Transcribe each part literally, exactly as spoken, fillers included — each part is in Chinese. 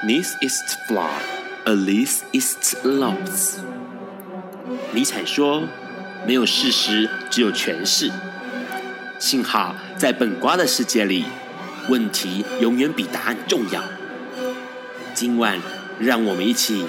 This is flawed, at least it's lost。尼采说：“没有事实，只有诠释。”幸好在本瓜的世界里，问题永远比答案重要。今晚，让我们一起。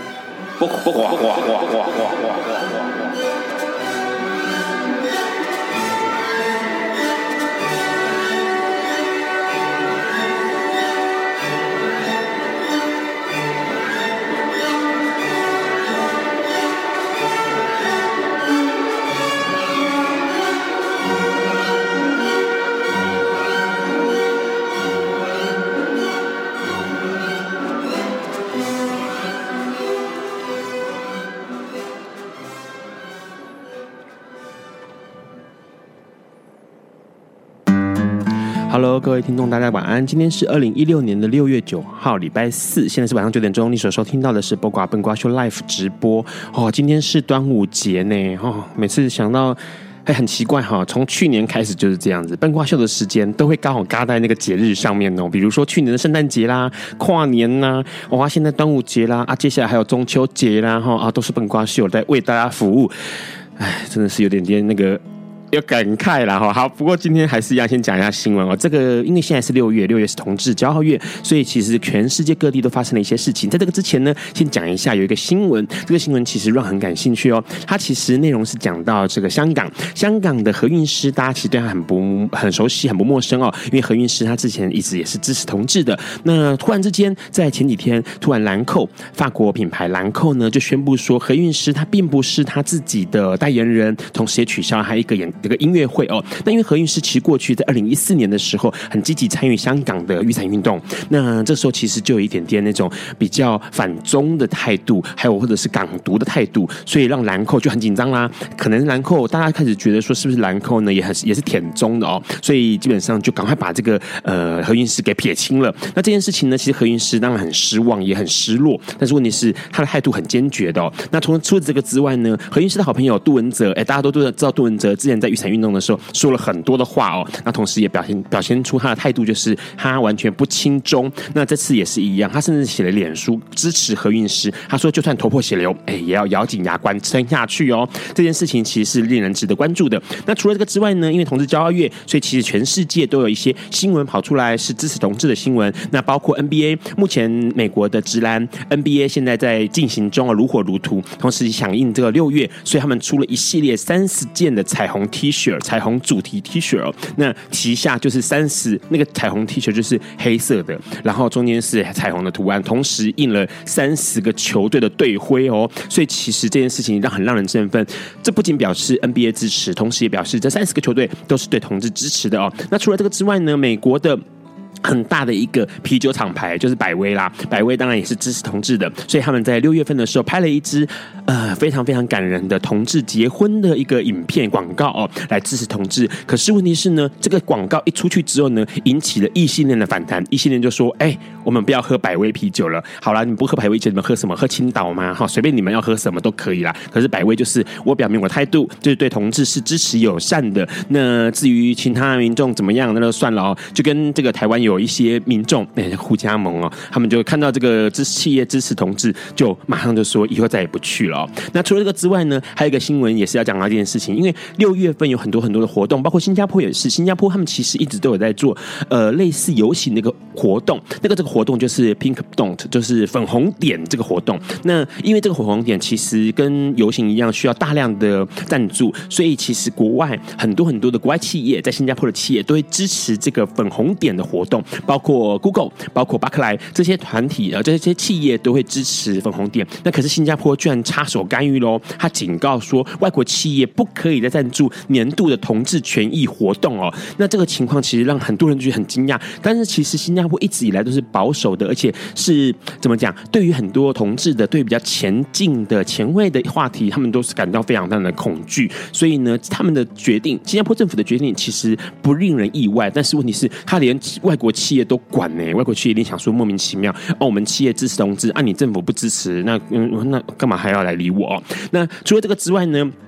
Hello， 各位听众，大家晚安。今天是二零一六年的六月九号，礼拜四，现在是晚上九点钟。你所收听到的是播瓜笨瓜秀 Live 直播哦。今天是端午节呢，哦，每次想到。哎，很奇怪哈，从去年开始就是这样子，笨瓜秀的时间都会刚好嘎在那个节日上面哦。比如说去年的圣诞节啦、跨年啦，哇，现在端午节啦，啊，接下来还有中秋节啦，哈啊，都是笨瓜秀在为大家服务。哎，真的是有点点那个。要感慨啦哈，好，不过今天还是要先讲一下新闻哦。这个因为现在是六月，六月是同志骄傲月，所以其实全世界各地都发生了一些事情。在这个之前呢，先讲一下有一个新闻，这个新闻其实让很感兴趣哦。它其实内容是讲到这个香港，香港的何韵诗，大家其实对他很不很熟悉，很不陌生哦。因为何韵诗她之前一直也是支持同志的。那突然之间，在前几天，突然兰蔻法国品牌兰蔻呢就宣布说，何韵诗她并不是她自己的代言人，同时也取消了她一个演。这个音乐会哦，那因为何韵诗其实过去在二零一四年的时候很积极参与香港的雨伞运动，那这时候其实就有一点点那种比较反中的态度，还有或者是港独的态度，所以让兰蔻就很紧张啦。可能兰蔻大家开始觉得说是不是兰蔻呢也很也是舔中的哦，所以基本上就赶快把这个呃何韵诗给撇清了。那这件事情呢，其实何韵诗当然很失望，也很失落，但是问题是他的态度很坚决的哦。那除了除了这个之外呢，何韵诗的好朋友杜文泽，哎，大家都知道杜文泽之前在雨伞运动的时候说了很多的话哦，那同时也表现表现出他的态度，就是他完全不亲中。那这次也是一样，他甚至写了脸书支持何韵诗，他说就算头破血流，哎，也要咬紧牙关撑下去哦。这件事情其实是令人值得关注的。那除了这个之外呢，因为同志骄傲月，所以其实全世界都有一些新闻跑出来是支持同志的新闻。那包括 N B A， 目前美国的职篮 N B A 现在在进行中啊，如火如荼。同时响应这个六月，所以他们出了一系列三十件的彩虹 T 恤，彩虹主题 T 恤哦。那旗下就是三十那个彩虹 T 恤就是黑色的，然后中间是彩虹的图案，同时印了三十个球队的队徽哦。所以其实这件事情让很让人振奋。这不仅表示 N B A 支持，同时也表示这三十个球队都是对同志支持的哦。那除了这个之外呢，美国的。很大的一个啤酒厂牌就是百威啦，百威当然也是支持同志的，所以他们在六月份的时候拍了一支呃非常非常感人的同志结婚的一个影片广告哦，来支持同志。可是问题是呢，这个广告一出去之后呢，引起了异性恋的反弹。异性恋就说：“哎、欸，我们不要喝百威啤酒了，好啦，你们不喝百威啤酒，你们喝什么？喝青岛吗？哈，随便你们要喝什么都可以啦。可是百威就是我表明我态度，就是对同志是支持友善的。那至于其他民众怎么样，那就算了哦。就跟这个台湾有。”有一些民众哎，互加盟哦，他们就看到这个支企业支持同志，就马上就说以后再也不去了哦。那除了这个之外呢，还有一个新闻也是要讲到这件事情，因为六月份有很多很多的活动，包括新加坡也是，新加坡他们其实一直都有在做呃类似游行的一个活动，那个这个活动就是 Pink Don't， 就是粉红点这个活动。那因为这个粉红点其实跟游行一样，需要大量的赞助，所以其实国外很多很多的国外企业，在新加坡的企业都会支持这个粉红点的活动。包括 Google、包括巴克莱这些团体啊，这些企业都会支持粉红点。那可是新加坡居然插手干预喽！他警告说，外国企业不可以再赞助年度的同志权益活动哦。那这个情况其实让很多人觉得很惊讶。但是其实新加坡一直以来都是保守的，而且是怎么讲？对于很多同志的、对比较前进的、前卫的话题，他们都是感到非常非常的恐惧。所以呢，他们的决定，新加坡政府的决定其实不令人意外。但是问题是，他连外国企业都管呢、欸，外国企业一定想说莫名其妙哦，我们企业支持同志，啊，你政府不支持，那嗯，那干嘛还要来理我、哦？那除了这个之外呢？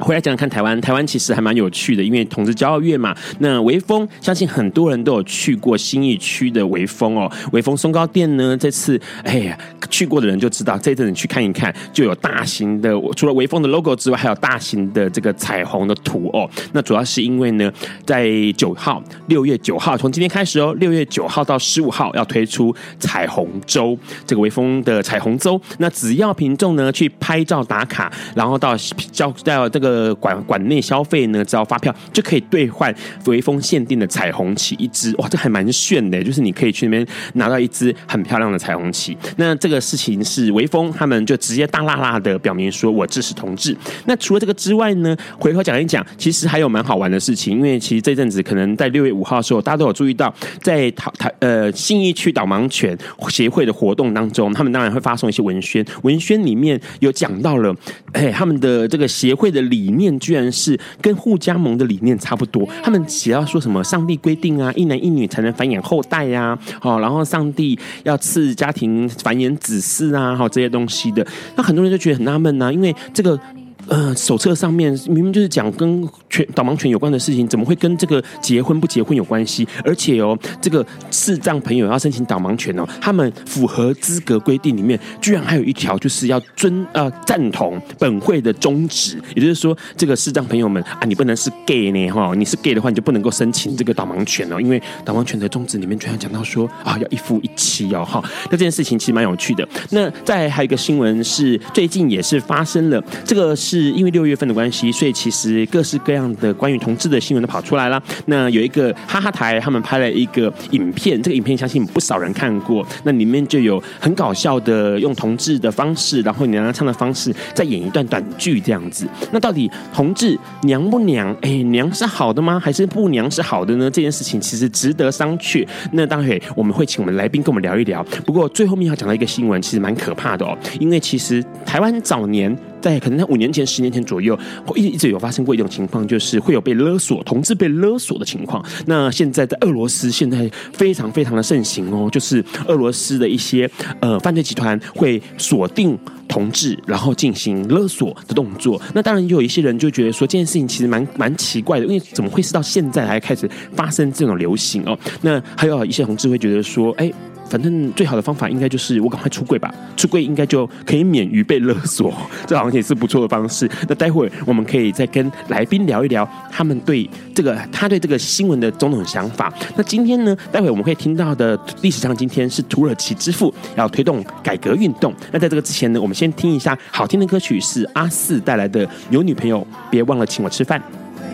回来讲讲看台湾，台湾其实还蛮有趣的，因为同志骄傲月嘛。那微风，相信很多人都有去过信义区的微风哦。微风松糕店呢，这次哎呀，去过的人就知道，这一阵子去看一看，就有大型的，除了微风的 logo 之外，还有大型的这个彩虹的图哦。那主要是因为呢，在九号，六月九号，从今天开始哦，六月九号到十五号要推出彩虹周，这个微风的彩虹周。那只要民众呢去拍照打卡，然后到交到这个馆馆内消费呢，只要发票就可以兑换微风限定的彩虹旗一支，哇，这还蛮炫的，就是你可以去那边拿到一支很漂亮的彩虹旗。那这个事情是微风他们就直接大辣辣的表明说，我支持同志。那除了这个之外呢，回头讲一讲，其实还有蛮好玩的事情，因为其实这阵子可能在六月五号的时候，大家都有注意到，在台呃信义区导盲犬协会的活动当中，他们当然会发送一些文宣，文宣里面有讲到了，哎，他们的这个协会的理念居然是跟互加盟的理念差不多。他们写到说什么上帝规定啊，一男一女才能繁衍后代啊，哦，然后上帝要赐家庭繁衍子嗣啊，好这些东西的。那很多人就觉得很纳闷啊，因为这个。呃，手册上面明明就是讲跟犬导盲犬有关的事情，怎么会跟这个结婚不结婚有关系？而且哦，这个视障朋友要申请导盲犬哦，他们符合资格规定里面，居然还有一条就是要尊呃赞同本会的宗旨，也就是说，这个视障朋友们啊，你不能是 gay 呢哈，你是 gay 的话，你就不能够申请这个导盲犬哦，因为导盲犬的宗旨里面居然讲到说啊，要一夫一妻哦哈，那这件事情其实蛮有趣的。那再还有一个新闻是最近也是发生了，这个是。是因为六月份的关系，所以其实各式各样的关于同志的新闻都跑出来了。那有一个哈哈台，他们拍了一个影片，这个影片相信不少人看过。那里面就有很搞笑的用同志的方式，然后娘娘腔的方式，再演一段短剧这样子。那到底同志娘不娘？哎，娘是好的吗？还是不娘是好的呢？这件事情其实值得商榷。那当然我们会请我们来宾跟我们聊一聊。不过最后面要讲到一个新闻，其实蛮可怕的哦，因为其实台湾早年。在可能在五年前、十年前左右，一直有发生过一种情况，就是会有被勒索、同志被勒索的情况。那现在在俄罗斯，现在非常非常的盛行哦，就是俄罗斯的一些呃犯罪集团会锁定同志，然后进行勒索的动作。那当然，也有一些人就觉得说，这件事情其实蛮蛮奇怪的，因为怎么会是到现在才开始发生这种流行哦？那还有一些同志会觉得说，哎。反正最好的方法应该就是我赶快出柜吧，出柜应该就可以免于被勒索，这好像也是不错的方式。那待会我们可以再跟来宾聊一聊他们对这个他对这个新闻的种种想法。那今天呢，待会我们会听到的历史上今天是土耳其之父要推动改革运动。那在这个之前呢，我们先听一下好听的歌曲，是阿四带来的《有女朋友别忘了请我吃饭》。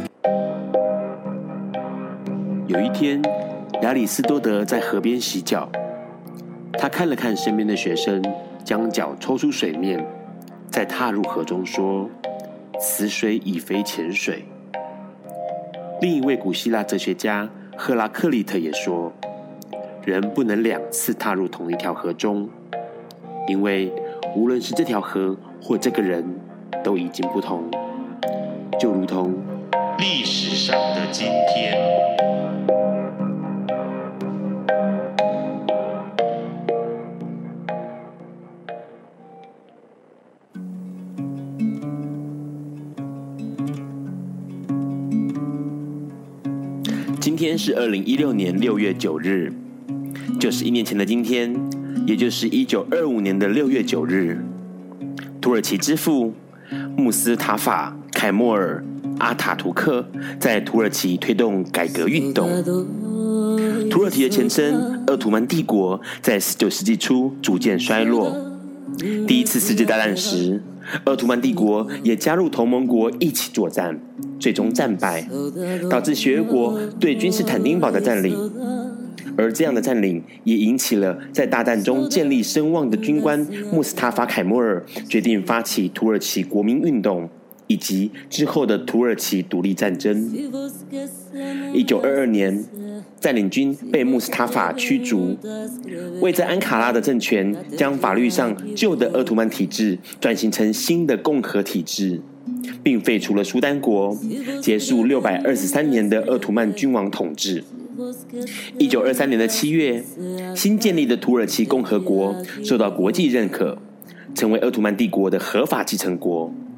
有一天，亚里士多德在河边洗脚。他看了看身边的学生，将脚抽出水面，再踏入河中说：“此水已非浅水。”另一位古希腊哲学家赫拉克利特也说：“人不能两次踏入同一条河中，因为无论是这条河或这个人，都已经不同，就如同历史上的今天。”今天是二零一六年六月九日，就是一年前的今天，也就是一九二五年的六月九日，土耳其之父穆斯塔法·凯莫尔·阿塔图克在土耳其推动改革运动。土耳其的前身鄂图曼帝国在十九世纪初逐渐衰落。第一次世界大战时，鄂图曼帝国也加入同盟国一起作战，最终战败，导致协约国对君士坦丁堡的占领。而这样的占领也引起了在大战中建立声望的军官穆斯塔法·凯莫尔决定发起土耳其国民运动，以及之后的土耳其独立战争。一九二二年，占领军被穆斯塔法驱逐，为在安卡拉的政权将法律上旧的鄂图曼体制转型成新的共和体制，并废除了苏丹国，结束六百二十三年的鄂图曼君王统治。一九二三年的七月，新建立的土耳其共和国受到国际认可，成为鄂图曼帝国的合法继承国。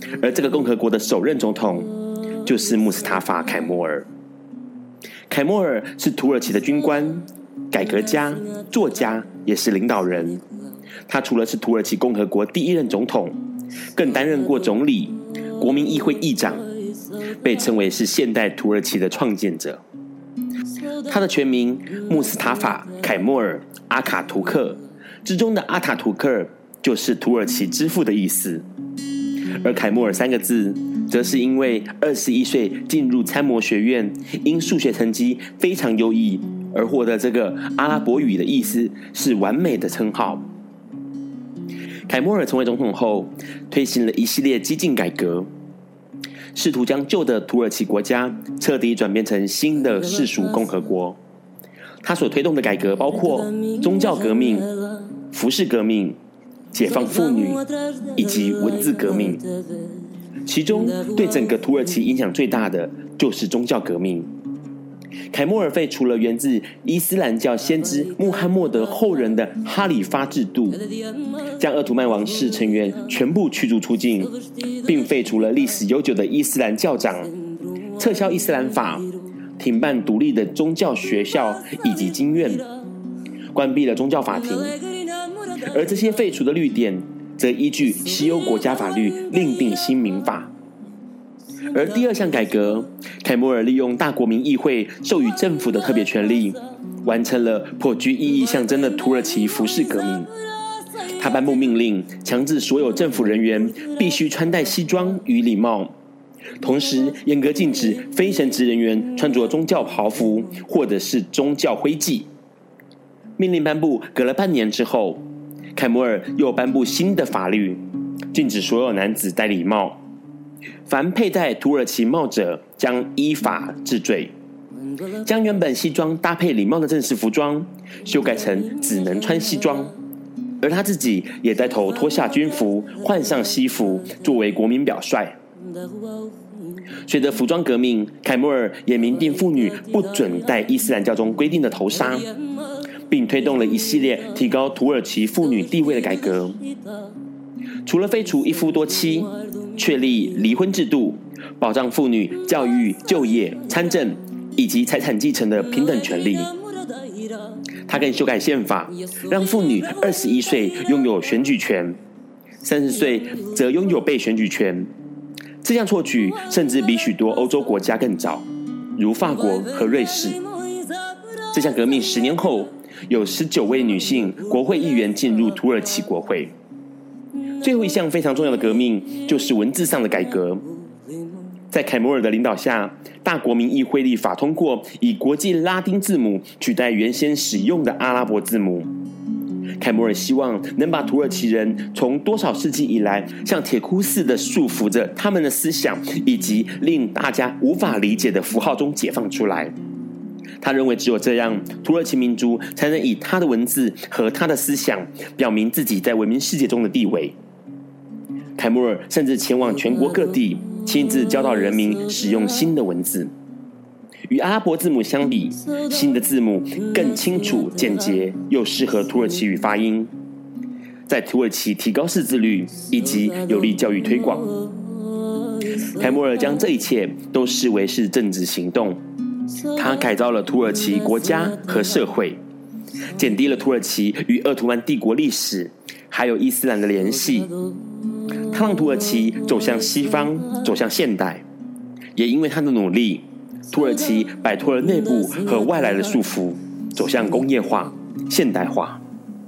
而这个共和国的首任总统就是穆斯塔法·凯莫尔。凯莫尔是土耳其的军官、改革家、作家，也是领导人。他除了是土耳其共和国第一任总统，更担任过总理、国民议会议长，被称为是现代土耳其的创建者。他的全名穆斯塔法·凯莫尔·阿卡图克，之中的阿塔图克就是土耳其之父的意思。而凯莫尔三个字则是因为二十一岁进入参谋学院，因数学成绩非常优异而获得这个阿拉伯语的意思是完美的称号。凯莫尔成为总统后，推行了一系列激进改革，试图将旧的土耳其国家彻底转变成新的世俗共和国。他所推动的改革包括宗教革命、服饰革命、解放妇女以及文字革命。其中对整个土耳其影响最大的就是宗教革命。凯莫尔废除了源自伊斯兰教先知穆罕默德后人的哈里发制度，将鄂图曼王室成员全部驱逐出境，并废除了历史悠久的伊斯兰教长，撤销伊斯兰法，停办独立的宗教学校以及经院，关闭了宗教法庭。而这些废除的律典则依据西欧国家法律另定新民法。而第二项改革，凯莫尔利用大国民议会授予政府的特别权利，完成了颇具意义象征的土耳其服饰革命。他颁布命令，强制所有政府人员必须穿戴西装与礼帽，同时严格禁止非神职人员穿着宗教袍服或者是宗教徽记。命令颁布隔了半年之后，凯莫尔又颁布新的法律，禁止所有男子戴礼帽，凡佩戴土耳其帽者将依法治罪，将原本西装搭配礼帽的正式服装修改成只能穿西装，而他自己也带头脱下军服，换上西服，作为国民表率。随着服装革命，凯莫尔也明定妇女不准戴伊斯兰教中规定的头纱，并推动了一系列提高土耳其妇女地位的改革。除了废除一夫多妻，确立离婚制度，保障妇女教育、就业、参政以及财产继承的平等权利。他更修改宪法，让妇女二十一岁拥有选举权，三十岁则拥有被选举权。这项措举甚至比许多欧洲国家更早，如法国和瑞士。这项革命十年后，有十九位女性国会议员进入土耳其国会。最后一项非常重要的革命就是文字上的改革。在凯莫尔的领导下，大国民议会立法通过以国际拉丁字母取代原先使用的阿拉伯字母。凯莫尔希望能把土耳其人从多少世纪以来像铁箍似的束缚着他们的思想，以及令大家无法理解的符号中解放出来。他认为只有这样，土耳其民族才能以他的文字和他的思想表明自己在文明世界中的地位。凯莫尔甚至前往全国各地，亲自教导人民使用新的文字。与阿拉伯字母相比，新的字母更清楚简洁，又适合土耳其语发音，在土耳其提高识字率以及有利教育推广。凯莫尔将这一切都视为是政治行动，他改造了土耳其国家和社会，减低了土耳其与鄂图曼帝国历史还有伊斯兰的联系。他让土耳其走向西方，走向现代。也因为他的努力，土耳其摆脱了内部和外来的束缚，走向工业化、现代化。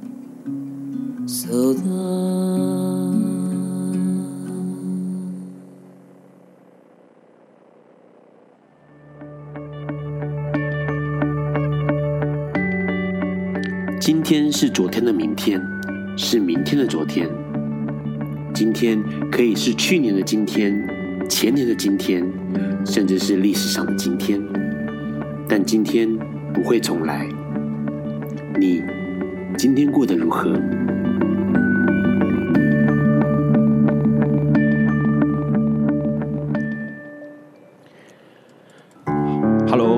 今天是昨天的明天，是明天的昨天。今天可以是去年的今天，前年的今天，甚至是历史上的今天。但今天不会重来。你今天过得如何？Hello， 各位听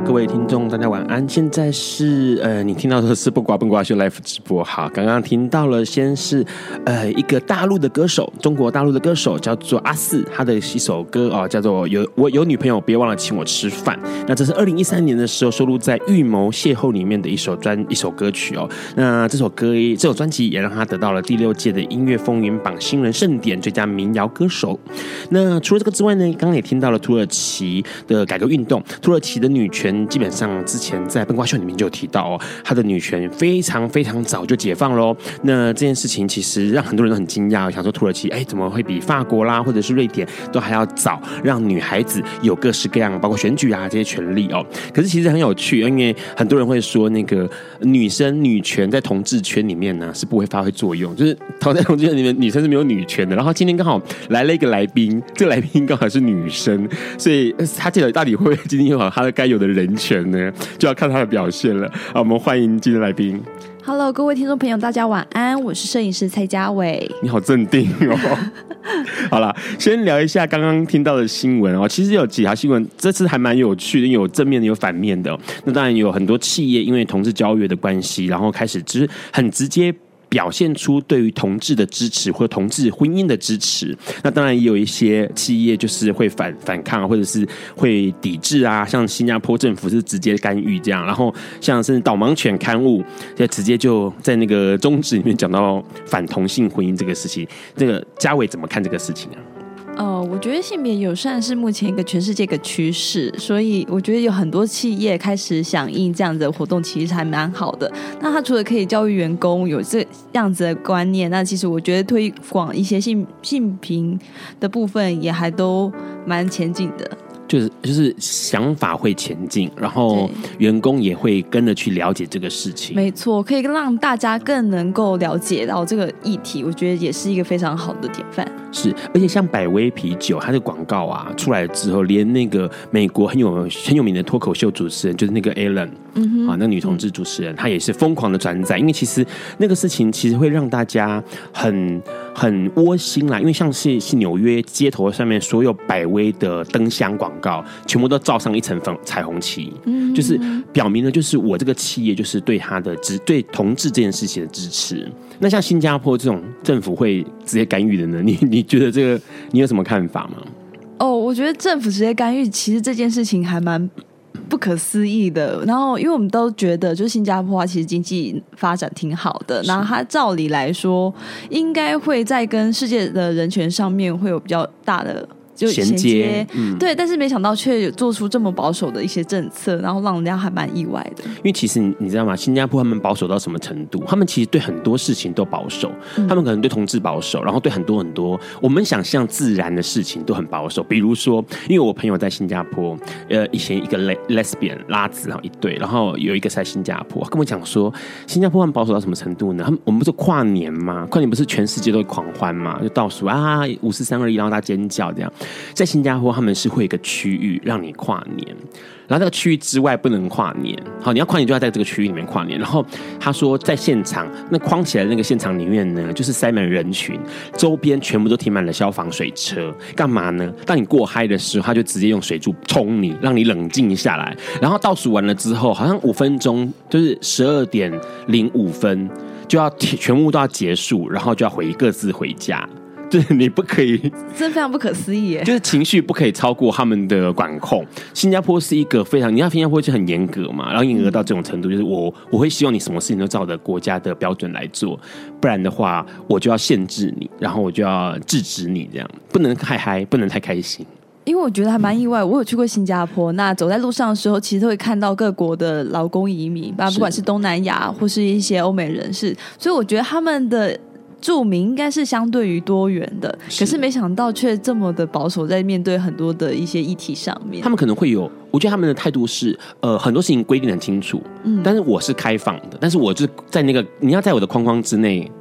众，大家晚安。现在是呃，你听到的是不瓜笨瓜秀 Live 直播。好，刚刚听到了，先是呃一个大陆的歌手，中国大陆的歌手叫做阿四，他的一首歌哦，叫做有我有女朋友，别忘了请我吃饭。那这是二零一三年的时候收录在《预谋邂逅》里面的一首专一首歌曲哦。那这首歌这首专辑也让他得到了第六届的音乐风云榜新人盛典最佳民谣歌手。那除了这个之外呢，刚刚也听到了土耳其的改革运动，土耳其的女权基本上之前在笨瓜秀里面就有提到哦，她的女权非常非常早就解放咯。那这件事情其实让很多人都很惊讶，想说土耳其哎怎么会比法国啦或者是瑞典都还要早让女孩子有各式各样包括选举啊这些权利哦。可是其实很有趣，因为很多人会说那个女生女权在同志圈里面呢是不会发挥作用，就是在同志圈里面女生是没有女权的。然后今天刚好来了一个来宾，这个来宾刚好是女生，所以他这个到底会不会今天有他的该有的人权呢？就要看他的表现了。好，我们欢迎今天来宾。 Hello， 各位听众朋友，大家晚安，我是摄影师蔡家伟。 你好镇定哦。好啦，先聊一下刚刚听到的新闻哦。其实有几条新闻，这次还蛮有趣的，有正面的，有反面的。那当然有很多企业因为同志交约的关系，然后开始就是很直接表现出对于同志的支持或同志婚姻的支持。那当然也有一些企业就是会反反抗或者是会抵制啊，像新加坡政府是直接干预这样，然后像是导盲犬刊物就直接就在那个宗旨里面讲到反同性婚姻这个事情。这个家伟怎么看这个事情啊？ 呃，我觉得性别友善是目前一个全世界一个趋势，所以我觉得有很多企业开始响应这样子的活动，其实还蛮好的。那它除了可以教育员工有这样子的观念，那其实我觉得推广一些性性平的部分也还都蛮前进的。 就是就是想法会前进，然后员工也会跟着去了解这个事情。 没错，可以让大家更能够了解到这个议题，我觉得也是一个非常好的典范。 是，而且像百威啤酒，它的广告啊出来之后，连那个美国很有很有名的脱口秀主持人，就是那个 Ellen，嗯啊，那个女同志主持人，她也是疯狂的转载，因为其实那个事情其实会让大家很很窝心啦，因为像是是纽约街头上面所有百威的灯箱广告，全部都罩上一层粉彩虹旗，嗯，就是表明了就是我这个企业就是对他的支对同志这件事情的支持。那像新加坡这种政府会直接干预的呢？你你觉得这个你有什么看法吗？ 哦，我觉得政府直接干预，其实这件事情还蛮不可思议的。然后因为我们都觉得就是新加坡啊，其实经济发展挺好的，然后它照理来说应该会在跟世界的人权上面会有比较大的就衔接, 衔接、嗯、对，但是没想到却有做出这么保守的一些政策，然后让人家还蛮意外的。 因为其实你知道吗，新加坡他们保守到什么程度？他们其实对很多事情都保守、嗯、他们可能对同志保守，然后对很多很多我们想象自然的事情都很保守。比如说因为我朋友在新加坡，呃，以前一个 lesbian 拉子然后一对，然后有一个在新加坡跟我讲说，新加坡他们保守到什么程度呢？他们我们不是跨年吗？跨年不是全世界都会狂欢吗？就倒数啊五四三二一，然后大家尖叫这样。在新加坡他们是会有一个区域让你跨年，然后那个区域之外不能跨年。好，你要跨年就要在这个区域里面跨年。然后他说在现场那框起来的那个现场里面呢，就是塞满人群，周边全部都停满了消防水车。干嘛呢？当你过嗨的时候，他就直接用水柱冲你，让你冷静下来。然后倒数完了之后，好像五分钟，就是十二点零五分就要全部都要结束，然后就要回各自回家。就是你不可以， 真非常不可思议耶！ 就是情绪不可以超过他们的管控。新加坡是一个非常，你看新加坡就很严格嘛，然后严格到这种程度，就是我我会希望你什么事情都照着国家的标准来做，不然的话我就要限制你，然后我就要制止你，这样不能太嗨，不能太开心。 因为我觉得还蛮意外，我有去过新加坡，那走在路上的时候其实都会看到各国的劳工移民，不管是东南亚或是一些欧美人士，所以我觉得他们的住民应该是相对于多元的，可是没想到却这么的保守，在面对很多的一些议题上面。 他们可能会有，我觉得他们的态度是，呃，很多事情规定很清楚，嗯，但是我是开放的，但是我就在那个你要在我的框框之内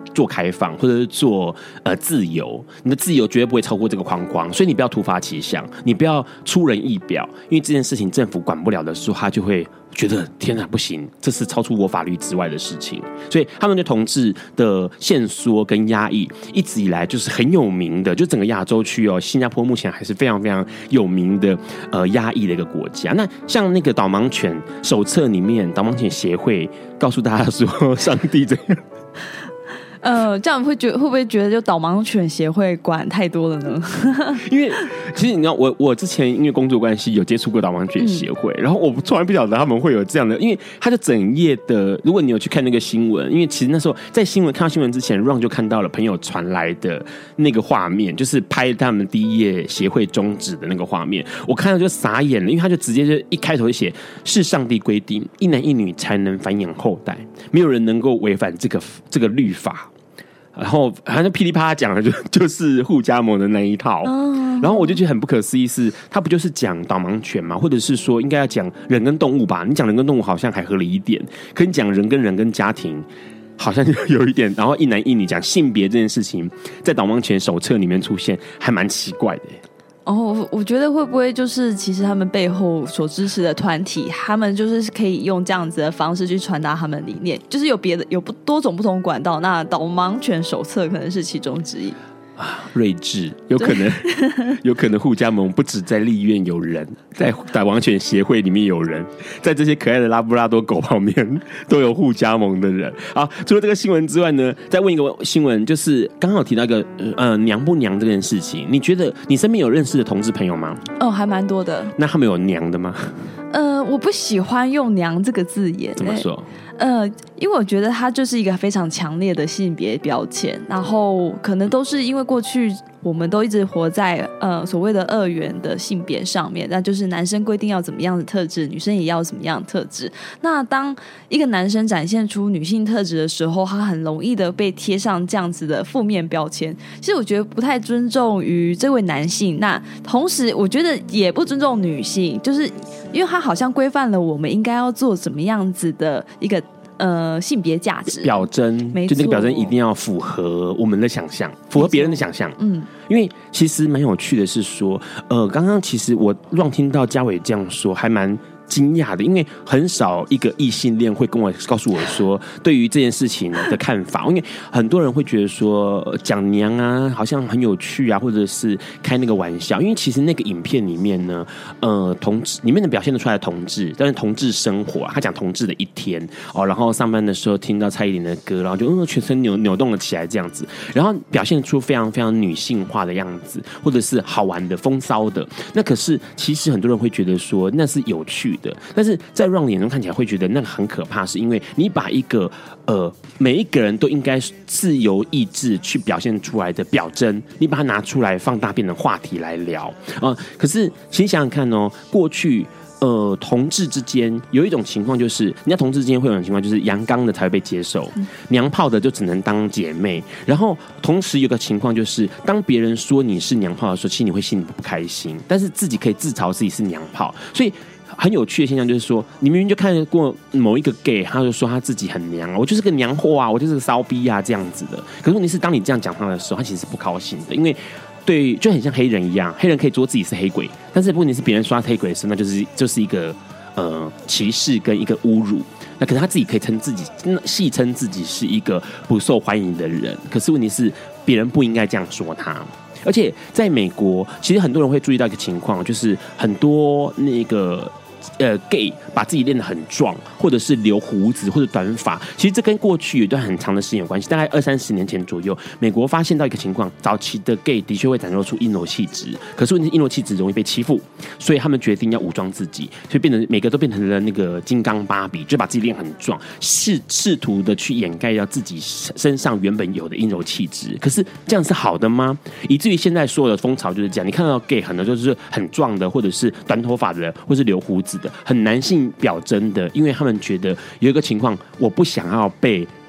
做开放，或者是做呃自由，你的自由绝对不会超过这个框框，所以你不要突发奇想，你不要出人意表，因为这件事情政府管不了的时候，他就会觉得天哪不行，这是超出我法律之外的事情，所以他们对同志的限缩跟压抑一直以来就是很有名的，就整个亚洲区哦，新加坡目前还是非常非常有名的呃压抑的一个国家。那像那个导盲犬手册里面，导盲犬协会告诉大家说，上帝怎样。 呃，这样会觉会不会觉得就导盲犬协会管太多了呢？ 因为其实你知道，我我之前因为工作关系有接触过导盲犬协会，嗯、然后我从来不晓得他们会有这样的，因为他就整页的，如果你有去看那个新闻，因为其实那时候在新闻看到新闻之前 ，Ron 就看到了朋友传来的那个画面，就是拍他们第一页协会宗旨的那个画面，我看到就傻眼了，因为他就直接就一开头就写是上帝规定一男一女才能繁衍后代，没有人能够违反这个这个律法。然后好像噼里啪啦讲的就就是互加盟的那一套，然后我就觉得很不可思议是，是他不就是讲导盲犬吗？或者是说应该要讲人跟动物吧？你讲人跟动物好像还合理一点，可你讲人跟人跟家庭好像就有一点，然后一男一女讲性别这件事情，在导盲犬手册里面出现，还蛮奇怪的。 哦，我觉得会不会就是其实他们背后所支持的团体，他们就是可以用这样子的方式去传达他们的理念，就是有别的有多种不同管道，那导盲犬手册可能是其中之一。 啊，睿智有可能，有可能互加盟不止在立院有人，在导盲犬协会里面有人，在这些可爱的拉布拉多狗旁边都有互加盟的人。好，除了这个新闻之外呢，再问一个新闻，就是刚好提到一个呃娘不娘这件事情，你觉得你身边有认识的同志朋友吗？ 哦，还蛮多的。 那他们有娘的吗？ 呃，我不喜欢用娘这个字眼。 怎么说？ 呃，因为我觉得它就是一个非常强烈的性别标签，然后可能都是因为过去我们都一直活在呃所谓的二元的性别上面，那就是男生规定要怎么样的特质，女生也要怎么样的特质。那当一个男生展现出女性特质的时候，他很容易的被贴上这样子的负面标签。其实我觉得不太尊重于这位男性，那同时我觉得也不尊重女性，就是因为他好像规范了我们应该要做怎么样子的一个呃性别价值表征，就那个表征一定要符合我们的想象，符合别人的想象。嗯，因为其实蛮有趣的是说，呃，刚刚其实我让听到嘉伟这样说，还蛮惊讶的，因为很少一个异性恋会跟我告诉我说对于这件事情的看法，因为很多人会觉得说讲娘啊好像很有趣啊，或者是开那个玩笑，因为其实那个影片里面呢，呃，同志里面的表现得出来的同志，但是同志生活、啊，他讲同志的一天哦，然后上班的时候听到蔡依林的歌，然后就嗯全身扭扭动了起来这样子，然后表现出非常非常女性化的样子，或者是好玩的、风骚的。那可是其实很多人会觉得说那是有趣的。但是在 Ron 眼中看起来会觉得那个很可怕，是因为你把一个呃每一个人都应该自由意志去表现出来的表征，你把它拿出来放大变成话题来聊啊、呃。可是请想想看哦，过去呃同志之间有一种情况，就是人家同志之间会有一种情况，就是阳刚的才会被接受，娘炮的就只能当姐妹。然后同时有个情况就是，当别人说你是娘炮的时候，其实你会心里不开心，但是自己可以自嘲自己是娘炮，所以。很有趣的现象就是说，你明明就看过某一个 gay， 他就说他自己很娘，我就是个娘货啊，我就是个骚逼啊这样子的。可是问题是，当你这样讲他的时候，他其实是不高兴的，因为对就很像黑人一样，黑人可以说自己是黑鬼，但是问题是别人说他黑鬼的时候，那就是就是一个呃歧视跟一个侮辱。那可是他自己可以称自己戏称自己是一个不受欢迎的人，可是问题是别人不应该这样说他。而且在美国，其实很多人会注意到一个情况，就是很多那个。呃 ，gay 把自己练得很壮，或者是留胡子或者短发，其实这跟过去有一段很长的时间有关系。大概二三十年前左右，美国发现到一个情况，早期的 gay 的确会展露出阴柔气质，可是问题是阴柔气质容易被欺负，所以他们决定要武装自己，所以变成每个都变成了那个金刚芭比，就把自己练很壮，试试图的去掩盖掉自己身上原本有的阴柔气质。可是这样是好的吗？以至于现在所有的风潮就是这样，你看到 gay 很多就是很壮的，或者是短头发的，或是留胡子的，很男性表征的，因为他们觉得有一个情况，我不想要被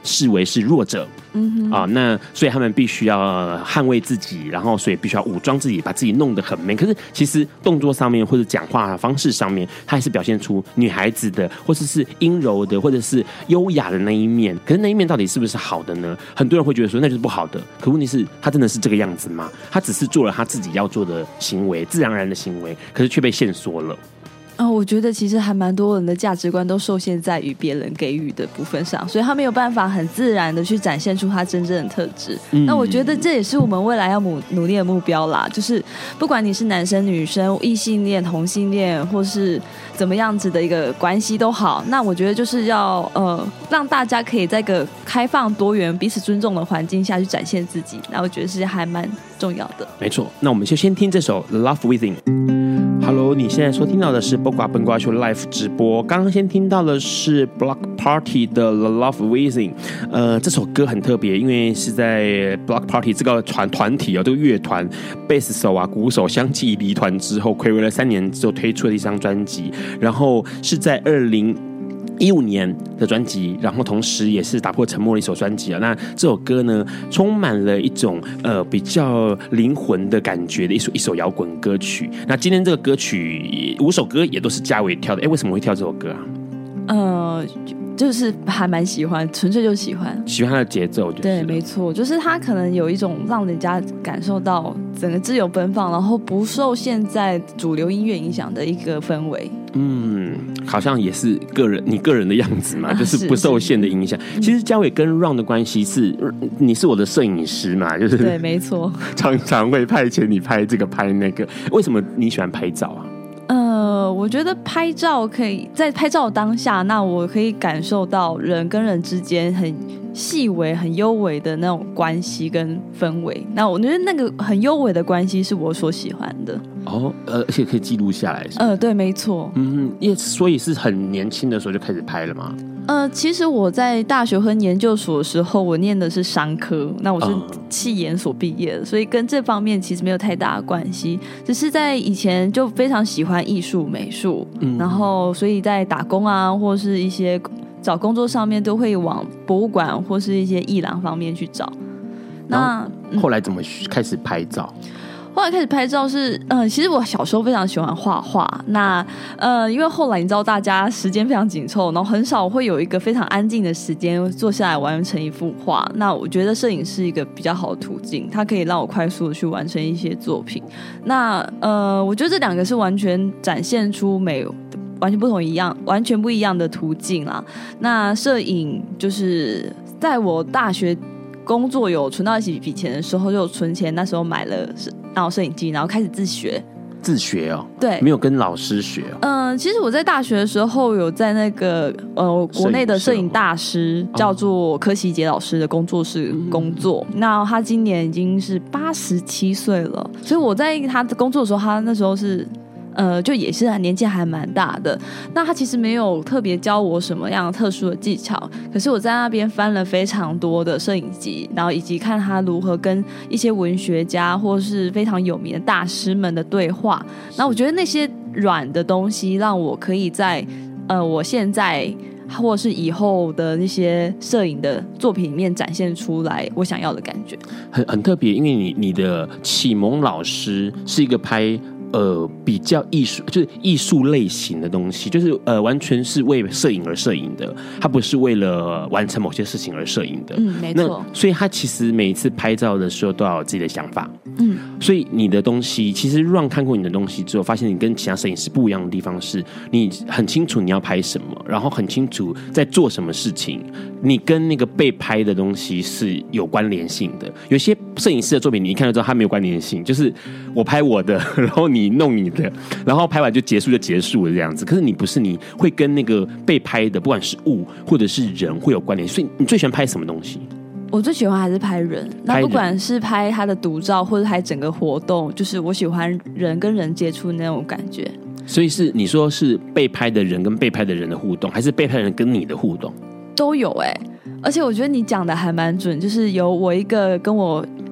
视为是弱者。 嗯啊、那所以他们必须要捍卫自己，然后所以必须要武装自己，把自己弄得很 man。可是其实动作上面或者讲话方式上面，他还是表现出女孩子的，或者是阴柔的，或者是优雅的那一面。可是那一面到底是不是好的呢？很多人会觉得说那就是不好的。可问题是，他真的是这个样子吗？他只是做了他自己要做的行为，自然而然的行为，可是却被限缩了。 哦，我觉得其实还蛮多人的价值观都受限在于别人给予的部分上，所以他没有办法很自然的去展现出他真正的特质。嗯、那我觉得这也是我们未来要努努力的目标啦，就是不管你是男生女生、异性恋、同性恋，或是怎么样子的一个关系都好，那我觉得就是要呃让大家可以在一个开放、多元、彼此尊重的环境下去展现自己，那我觉得是还蛮重要的。 没错，那我们就先听这首《Love Within》。Hello， 你现在收听到的是八卦笨瓜秀 Live 直播。刚刚先听到的是 Block Party 的 The Love Within。呃，这首歌很特别，因为是在 Block Party 这个团团体哦，这个乐团贝斯手啊、鼓手相继离团之后，睽违了三年之后推出了一张专辑，然后是在二零一五年的专辑，然后同时也是打破沉默的一首专辑啊。那这首歌呢，充满了一种呃比较灵魂的感觉的一首一首摇滚歌曲。那今天这个歌曲五首歌也都是嘉伟挑的，哎，为什么会挑这首歌啊？ 呃，就是还蛮喜欢，纯粹就喜欢， 喜欢它的节奏、就是。 对，没错，就是它可能有一种让人家感受到整个自由奔放，然后不受现在主流音乐影响的一个氛围。 嗯，好像也是个人你个人的样子嘛， 啊、 就是不受限的影响。其实嘉伟跟 Ron 的关系是，你是我的摄影师嘛，就是对，没错， 常常会派遣你拍这个拍那个。为什么你喜欢拍照啊？ 呃，我觉得拍照可以在拍照当下，那我可以感受到人跟人之间很细微、很幽微的那种关系跟氛围。那我觉得那个很幽微的关系是我所喜欢的。 哦，呃，而且可以记录下来是吧。 呃，对，没错。 嗯，也所以是很年轻的时候就开始拍了吗？ 呃，其实我在大学和研究所的时候，我念的是商科，那我是企研所毕业的，嗯、所以跟这方面其实没有太大的关系。只是在以前就非常喜欢艺术、美术，嗯、然后所以在打工啊，或是一些找工作上面，都会往博物馆或是一些艺廊方面去找。那后来怎么开始拍照？ 后来开始拍照是，呃，其实我小时候非常喜欢画画。那，呃，因为后来你知道大家时间非常紧凑，然后很少会有一个非常安静的时间坐下来完成一幅画。那我觉得摄影是一个比较好的途径，它可以让我快速的去完成一些作品。那，呃，我觉得这两个是完全展现出美。完全不同一样，完全不一样的途径啦。那摄影就是在我大学工作有存到一笔钱的时候，就存钱，那时候买了然后摄影机，然后开始自学。 自学哦， 对， 没有跟老师学哦。 嗯、呃，其实我在大学的时候有在那个呃国内的摄影大师叫做柯希杰老师的工作室工作。嗯、那他今年已经是八十七岁了，所以我在他的工作的时候，他那时候是。呃，就也是年纪还蛮大的。那他其实没有特别教我什么样特殊的技巧，可是我在那边翻了非常多的摄影集，然后以及看他如何跟一些文学家或是非常有名的大师们的对话。那我觉得那些软的东西，让我可以在呃我现在或是以后的那些摄影的作品里面展现出来我想要的感觉。 很很特别，因为你你的启蒙老师是一个拍。呃，比较艺术就是艺术类型的东西，就是呃，完全是为摄影而摄影的，它不是为了完成某些事情而摄影的。 嗯，没错。 所以他其实每一次拍照的时候都要有自己的想法。 嗯， 所以你的东西，其实让看过你的东西之后，发现你跟其他摄影师不一样的地方是，你很清楚你要拍什么，然后很清楚在做什么事情，你跟那个被拍的东西是有关联性的。有些摄影师的作品，你一看就知道他没有关联性，就是我拍我的，然后你弄你的，然后拍完就结束就结束了这样子。可是你不是，你会跟那个被拍的，不管是物或者是人会有关联。所以你最喜欢拍什么东西？ 我最喜欢还是拍人。那不管是拍他的独照，或者拍整个活动，就是我喜欢人跟人接触那种感觉。 所以是你说是被拍的人跟被拍的人的互动，还是被拍的人跟你的互动？ 都有哎、欸。而且我觉得你讲的还蛮准，就是有我一个跟我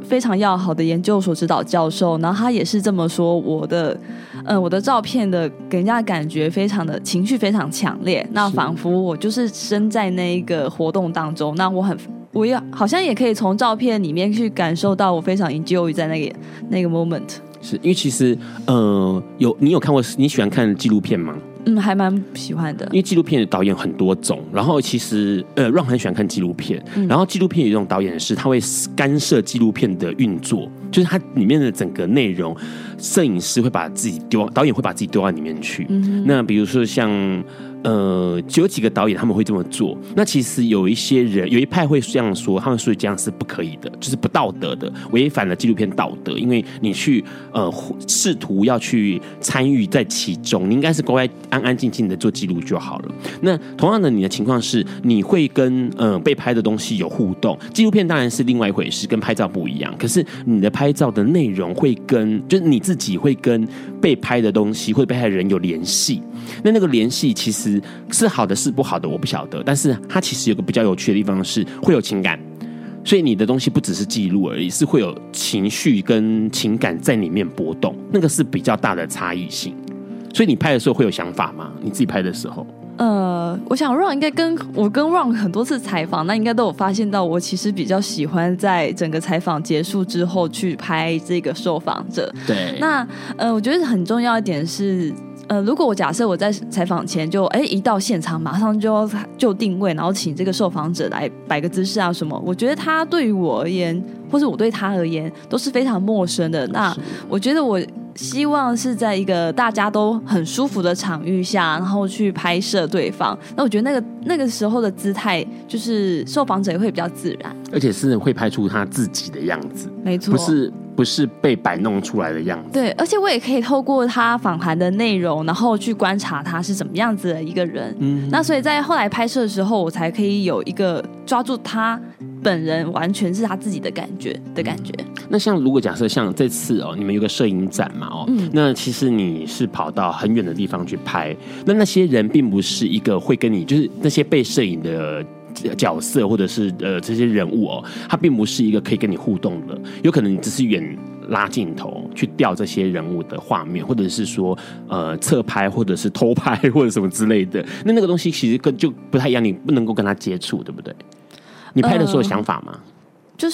非常要好的研究所指导教授，然后他也是这么说我的，呃，我的照片的给人家的感觉非常的情绪非常强烈，那仿佛我就是身在那一个活动当中，那我很。我也好像也可以从照片里面去感受到我非常 enjoy 在那个那个 moment。 是因为其实呃，有你有看过你喜欢看纪录片吗？ 嗯，还蛮喜欢的。 因为纪录片的导演很多种，然后其实呃，Ron 很喜欢看纪录片，嗯、然后纪录片有一种导演是他会干涉纪录片的运作，就是它里面的整个内容，摄影师会把自己丢，导演会把自己丢到里面去。嗯、那比如说像。呃，有几个导演他们会这么做。那其实有一些人，有一派会这样说，他们说这样是不可以的，就是不道德的，违反了纪录片道德。因为你去呃试图要去参与在其中，你应该是乖乖安安静静的做记录就好了。那同样的，你的情况是，你会跟呃被拍的东西有互动。纪录片当然是另外一回事，跟拍照不一样。可是你的拍照的内容会跟，就是你自己会跟被拍的东西或者被拍的人有联系。那那个联系其实。是好的是不好的我不晓得，但是它其实有个比较有趣的地方是会有情感，所以你的东西不只是记录而已，是会有情绪跟情感在里面波动，那个是比较大的差异性。所以你拍的时候会有想法吗？你自己拍的时候？ 呃，我想 Ron 应该跟我跟 Ron 很多次采访，那应该都有发现到，我其实比较喜欢在整个采访结束之后去拍这个受访者。 对， 那呃，我觉得很重要一点是。呃，如果我假设我在采访前就哎一到现场马上就要就定位，然后请这个受访者来摆个姿势啊什么，我觉得他对于我而言，或是我对他而言都是非常陌生的。那我觉得我希望是在一个大家都很舒服的场域下，然后去拍摄对方。那我觉得那个那个时候的姿态，就是受访者也会比较自然， 而且是会拍出他自己的样子， 没错， 不是。不是被摆弄出来的样子。 对，而且我也可以透过他访谈的内容，然后去观察他是怎么样子的一个人。嗯，那所以在后来拍摄的时候，我才可以有一个抓住他本人完全是他自己的感觉的感觉。 那像如果假设像这次哦，你们有个摄影展嘛哦，嗯、那其实你是跑到很远的地方去拍，那那些人并不是一个会跟你，就是那些被摄影的。角色或者是呃这些人物哦，他并不是一个可以跟你互动的，有可能你只是远拉镜头去调这些人物的画面，或者是说呃侧拍，或者是偷拍，或者什么之类的。那那个东西其实跟就不太一样，你不能够跟他接触，对不对？你拍的时候有想法吗？呃、 就是。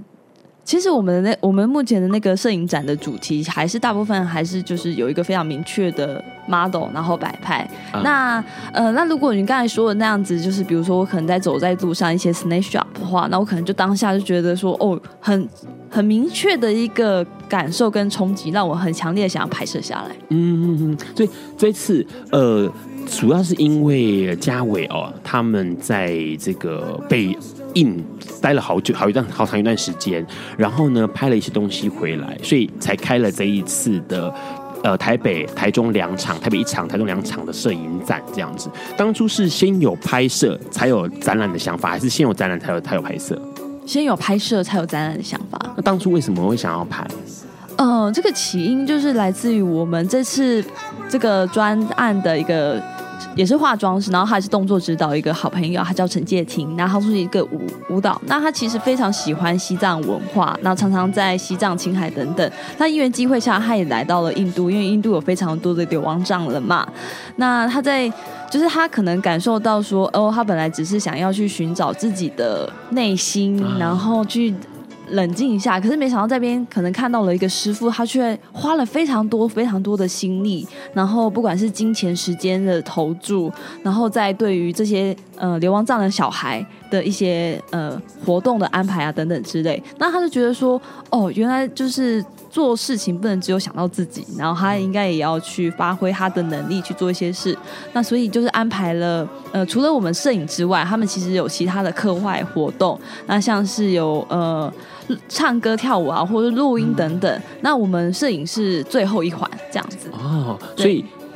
其实我们的那我们目前的那个摄影展的主题还是大部分还是就是有一个非常明确的 model， 然后摆拍。嗯、那呃，那如果你刚才说的那样子，就是比如说我可能在走在路上一些 snapshot 的话，那我可能就当下就觉得说，哦，很很明确的一个感受跟冲击，让我很强烈的想要拍摄下来。嗯嗯嗯，所以这次呃。主要是因为嘉伟哦，他们在这个北印待了好久、好一段、好长一段时间，然后呢拍了一些东西回来，所以才开了这一次的呃台北、台中两场，台北一场、台中两场的摄影展这样子。当初是先有拍摄才有展览的想法，还是先有展览才有才有拍摄？ 先有拍摄才有展览的想法。 那当初为什么会想要拍？ 呃，这个起因就是来自于我们这次这个专案的一个。也是化妆师，然后他也是动作指导一个好朋友，他叫陈介廷，然后他是一个舞舞蹈，那他其实非常喜欢西藏文化，然后常常在西藏、青海等等。那因缘机会下，他也来到了印度，因为印度有非常多的流亡藏人嘛。那他在就是他可能感受到说，哦，他本来只是想要去寻找自己的内心，然后去。冷静一下，可是没想到这边可能看到了一个师傅，他却花了非常多非常多的心力，然后不管是金钱时间的投注，然后再对于这些呃流亡藏人小孩的一些呃活动的安排啊等等之类，那他就觉得说，哦，原来就是做事情不能只有想到自己，然后他应该也要去发挥他的能力去做一些事。那所以就是安排了呃除了我们摄影之外，他们其实有其他的课外活动，那像是有呃唱歌跳舞啊，或者录音等等。嗯、那我们摄影是最后一环这样子哦，所以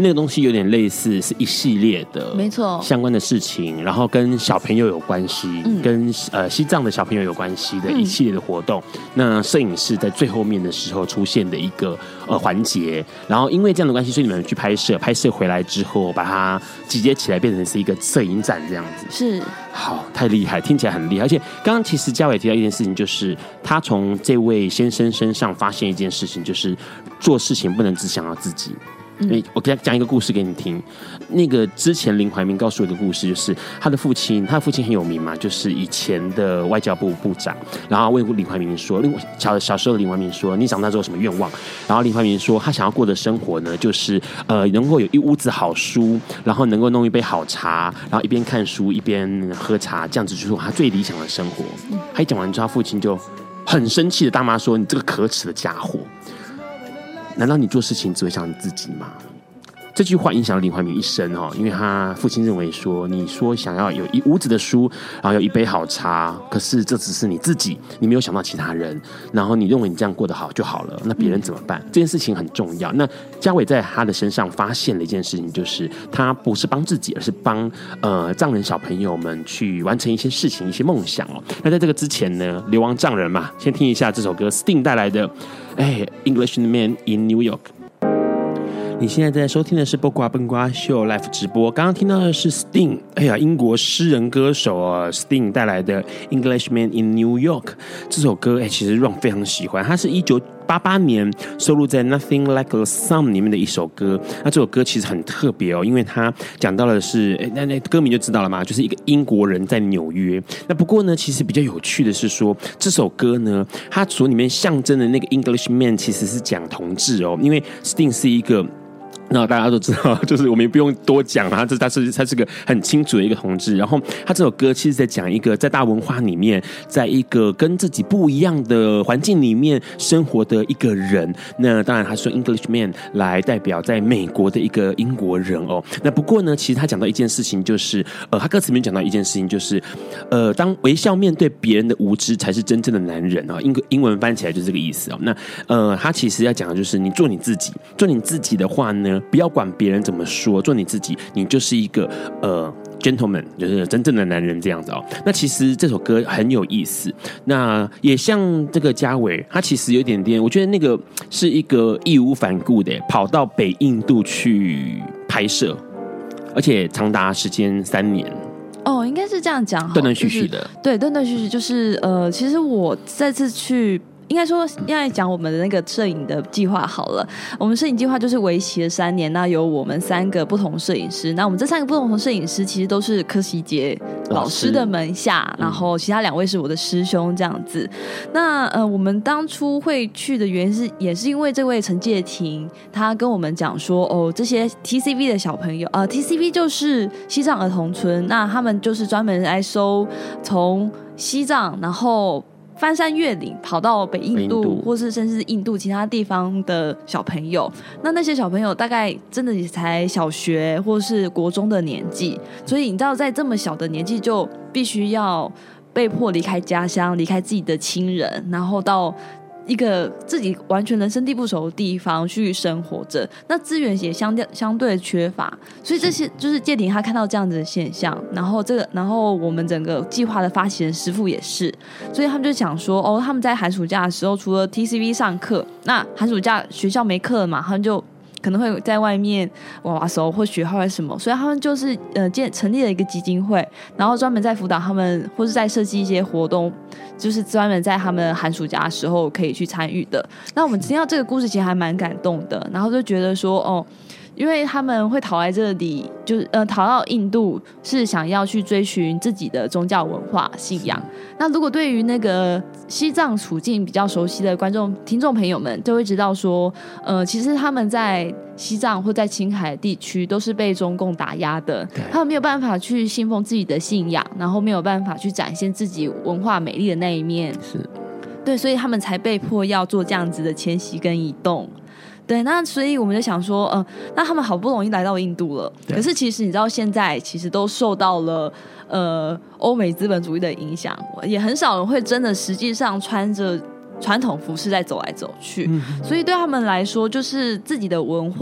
那个东西有点类似是一系列的， 没错， 相关的事情，然后跟小朋友有关系，嗯、跟呃西藏的小朋友有关系的一系列的活动。嗯、那摄影师在最后面的时候出现的一个呃环节，然后因为这样的关系，所以你们去拍摄，拍摄回来之后把它集结起来，变成是一个摄影展这样子。 是， 好，太厉害，听起来很厉害。而且刚刚其实嘉伟提到一件事情，就是他从这位先生身上发现一件事情，就是做事情不能只想到自己。嗯、我给他讲一个故事给你听。那个之前林怀民告诉我一个故事，就是他的父亲，他的父亲很有名嘛，就是以前的外交部部长。然后问林怀民说，小小时候的林怀民说，你长大之后有什么愿望？然后林怀民说，他想要过的生活呢，就是呃能够有一屋子好书，然后能够弄一杯好茶，然后一边看书一边喝茶，这样子就是他最理想的生活。他一讲完之后，他父亲就很生气的大骂说：“你这个可耻的家伙！难道你做事情只会想你自己吗？”这句话影响了林怀民一生哦，因为他父亲认为说，你说想要有一屋子的书，然后有一杯好茶，可是这只是你自己，你没有想到其他人，然后你认为你这样过得好就好了，那别人怎么办？嗯、这件事情很重要。那嘉伟在他的身上发现了一件事情，就是他不是帮自己，而是帮呃藏人小朋友们去完成一些事情、一些梦想哦。那在这个之前呢，流亡藏人嘛，先听一下这首歌 Sting 带来的，哎 ，Englishman in New York。你现在在收听的是《八卦笨瓜秀》Live 直播，刚刚听到的是 Sting， 哎呀，英国诗人歌手啊 Sting 带来的《Englishman in New York》这首歌，哎，其实 Ron 非常喜欢，它是一九八八年收录在《Nothing Like the Sun》里面的一首歌。那这首歌其实很特别哦，因为它讲到的是，哎，那那歌名就知道了嘛，就是一个英国人在纽约。那不过呢，其实比较有趣的是说，这首歌呢，它所里面象征的那个 Englishman 其实是讲同志哦，因为 Sting 是一个。那大家都知道，就是我们也不用多讲啊，这他是他是个很清楚的一个同志。然后他这首歌其实在讲一个在大文化里面，在一个跟自己不一样的环境里面生活的一个人。那当然他说 Englishman 来代表在美国的一个英国人哦。那不过呢，其实他讲到一件事情，就是呃，他歌词里面讲到一件事情，就是呃，当微笑面对别人的无知，才是真正的男人啊、哦。英英文翻起来就是这个意思哦。那呃，他其实要讲的就是你做你自己，做你自己的话呢。不要管别人怎么说，做你自己，你就是一个呃 gentleman， 就是真正的男人这样子哦。那其实这首歌很有意思，那也像这个嘉伟，他其实有点点，我觉得那个是一个义无反顾的跑到北印度去拍摄，而且长达时间三年。 哦，应该是这样讲， 断断续续的， 就是、对，断断续续，就是呃，其实我再次去。应该说，现在讲我们的那个摄影的计划好了。我们摄影计划就是为期了三年，那有我们三个不同摄影师。那我们这三个不同的摄影师其实都是柯希杰老师的门下，然后其他两位是我的师兄这样子。那呃，我们当初会去的原因是，也是因为这位陈介廷他跟我们讲说，哦，这些 T C V 的小朋友，呃 ，T C V 就是西藏儿童村，那他们就是专门来收从西藏，然后。翻山越岭跑到北印度, 北印度或是甚至印度其他地方的小朋友，那那些小朋友大概真的也才小学或是国中的年纪，所以你知道在这么小的年纪就必须要被迫离开家乡，离开自己的亲人，然后到一个自己完全人生地不熟的地方去生活着，那资源也相对相对缺乏，所以这些就是介廷他看到这样子的现象，然后这个，然后我们整个计划的发起人师傅也是，所以他们就想说，哦，他们在寒暑假的时候，除了 T C V 上课，那寒暑假学校没课嘛，他们就可能会在外面娃娃手或学号还是什么，所以他们就是呃建成立了一个基金会，然后专门在辅导他们，或是在设计一些活动，就是专门在他们寒暑假的时候可以去参与的。那我们听到这个故事其实还蛮感动的，然后就觉得说，哦，因为他们会逃来这里，就是呃逃到印度，是想要去追寻自己的宗教文化信仰。那如果对于那个西藏处境比较熟悉的观众、听众朋友们，就会知道说，呃，其实他们在西藏或在青海地区都是被中共打压的，他们没有办法去信奉自己的信仰，然后没有办法去展现自己文化美丽的那一面。 是， 对，所以他们才被迫要做这样子的迁徙跟移动。对，那所以我们就想说，呃，那他们好不容易来到印度了，可是其实你知道，现在其实都受到了呃欧美资本主义的影响，也很少人会真的实际上穿着传统服饰在走来走去，嗯，所以对他们来说，就是自己的文化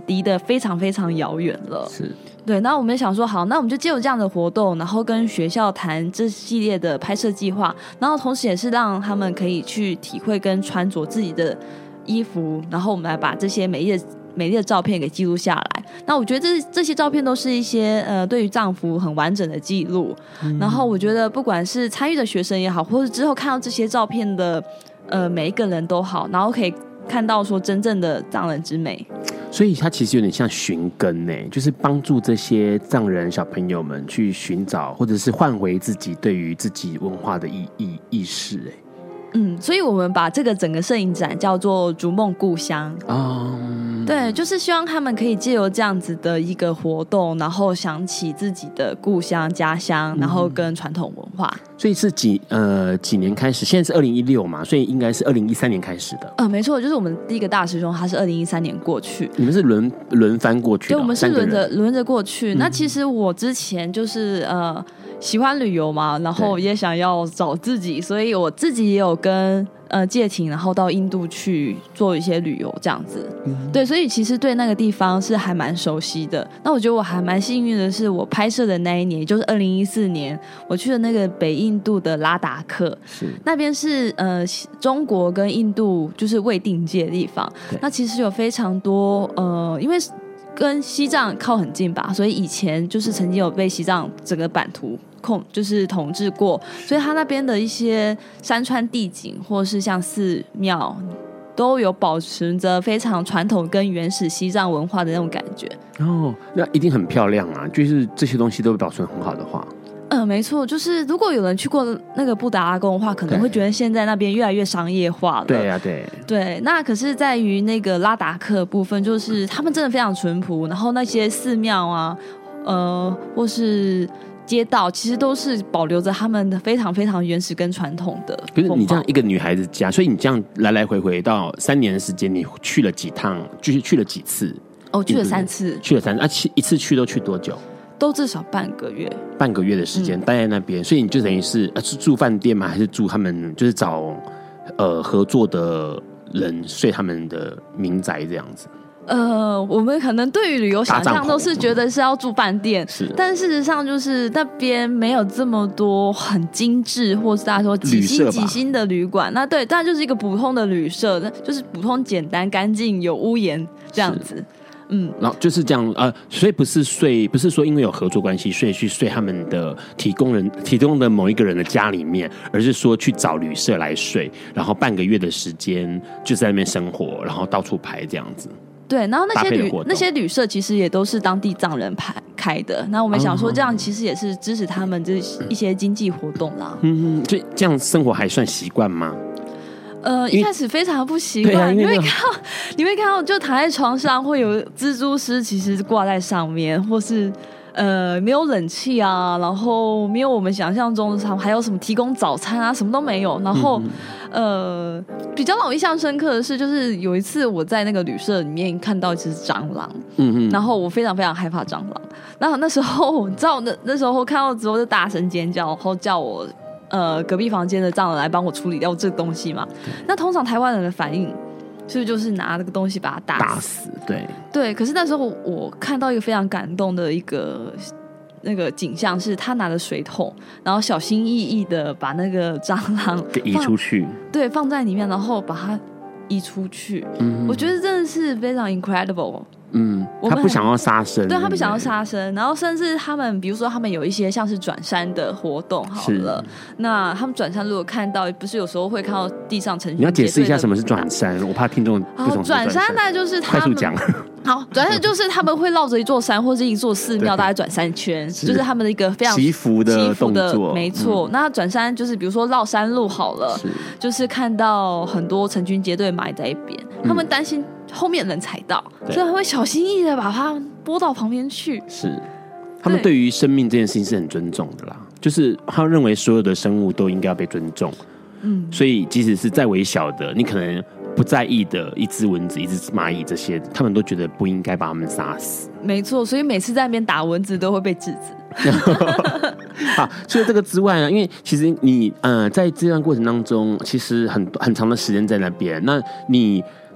离得非常非常遥远了。 是。 对，那我们想说，好，那我们就借由这样的活动，然后跟学校谈这系列的拍摄计划，然后同时也是让他们可以去体会跟穿着自己的衣服，然后我们来把这些美丽的美丽的照片给记录下来。那我觉得这这些照片都是一些呃对于藏服很完整的记录、嗯、然后我觉得不管是参与的学生也好，或是之后看到这些照片的呃每一个人都好，然后可以看到说真正的藏人之美。 所以它其实有点像寻根呢，就是帮助这些藏人小朋友们去寻找或者是换回自己对于自己文化的意意意识。哎， 嗯，所以我们把这个整个摄影展叫做逐梦故乡。哦，对，就是希望他们可以借由这样子的一个活动，然后想起自己的故乡家乡，然后跟传统文化。 所以是几呃几年开始？现在是二零一六嘛，所以应该是二零一三年开始的。 呃，没错，就是我们第一个大师兄，他是二零一三年过去。 你们是轮轮番过去的？ 对，我们是轮着轮着过去、嗯。那其实我之前就是呃喜欢旅游嘛，然后也想要找自己，所以我自己也有跟呃借艇，然后到印度去做一些旅游这样子、嗯。对，所以其实对那个地方是还蛮熟悉的。那我觉得我还蛮幸运的是，我拍摄的那一年，也就是二零一四年，我去的那个北印度的拉达克，是那边是呃中国跟印度就是未定界的地方。那其实有非常多呃，因为跟西藏靠很近吧，所以以前就是曾经有被西藏整个版图控就是统治过，所以他那边的一些山川地景或是像寺庙都有保持着非常传统跟原始西藏文化的那种感觉。 哦，那一定很漂亮啊，就是这些东西都保存很好的话。 嗯，没错，就是如果有人去过那个布达拉宫的话，可能会觉得现在那边越来越商业化了。 对啊，对对。那可是在于那个拉达克的部分，就是他们真的非常淳朴，然后那些寺庙啊，呃，或是街道，其实都是保留着他们的非常非常原始跟传统的。 可是你这样一个女孩子家，所以你这样来来回回到三年的时间，你去了几趟？就是去了几次？ 哦，去了三次。 去了三次啊？一次去都去多久？ 都至少半个月， 半个月的时间待在那边、嗯，所以你就等于是呃是住饭店吗？还是住他们就是找呃合作的人睡他们的民宅这样子？ 呃，我们可能对于旅游想象都是觉得是要住饭店， 是， 但事实上就是那边没有这么多很精致，或是大家说几星几星的旅馆。那对，但就是一个普通的旅社，就是普通、简单、干净、有屋檐这样子。嗯， 然后就是这样呃，所以不是睡，不是说因为有合作关系，所以去睡他们的提供人提供的某一个人的家里面，而是说去找旅社来睡，然后半个月的时间就在那边生活，然后到处拍这样子。 对，然后那些旅那些旅社其实也都是当地藏人排开的。那我们想说，这样其实也是支持他们这一些经济活动啦。 嗯，所以这样生活还算习惯吗？ 呃，一开始非常不习惯、啊，你会看到，你会看到，就躺在床上会有蜘蛛丝，其实挂在上面，或是呃没有冷气啊，然后没有我们想象中的，还有什么提供早餐啊，什么都没有。然后、嗯、呃，比较让我印象深刻的是，就是有一次我在那个旅社里面看到一只蟑螂，嗯嗯，然后我非常非常害怕蟑螂，然后那时候你知道，那那时候看到之后就大声尖叫，然后叫我。呃，隔壁房间的藏人来帮我处理掉这个东西嘛？那通常台湾人的反应是不是就是拿这个东西把它打死？ 打死，对对。可是那时候我看到一个非常感动的一个那个景象，是他拿着水桶，然后小心翼翼的把那个蟑螂给移出去， 对，放在里面，然后把它移出去。嗯，我觉得真的是非常 incredible。 嗯，他不想要杀生， 对，他不想要杀生，然后甚至他们，比如说他们有一些像是转山的活动，好了，那他们转山如果看到，不是有时候会看到地上成群结队的， 你要解释一下什么是转山，我怕听众不懂。 转山那就是他们快速讲。 好，转山就是他们会绕着一座山或是一座寺庙，大概转三圈，就是他们的一个非常祈福的动作， 没错。嗯、那转山就是比如说绕山路好了，是就是看到很多成群结队埋在一边，嗯、他们担心后面人踩到，所以他会小心翼翼的把它拨到旁边去。 是，他们对于生命这件事情是很尊重的啦，就是他认为所有的生物都应该要被尊重。嗯，所以即使是再微小的，你可能不在意的一只蚊子、一只蚂蚁这些，他们都觉得不应该把他们杀死。 没错，所以每次在那边打蚊子都会被制止。 好，除了这个之外呢，因为其实你呃在这段过程当中，其实很很长的时间在那边，那你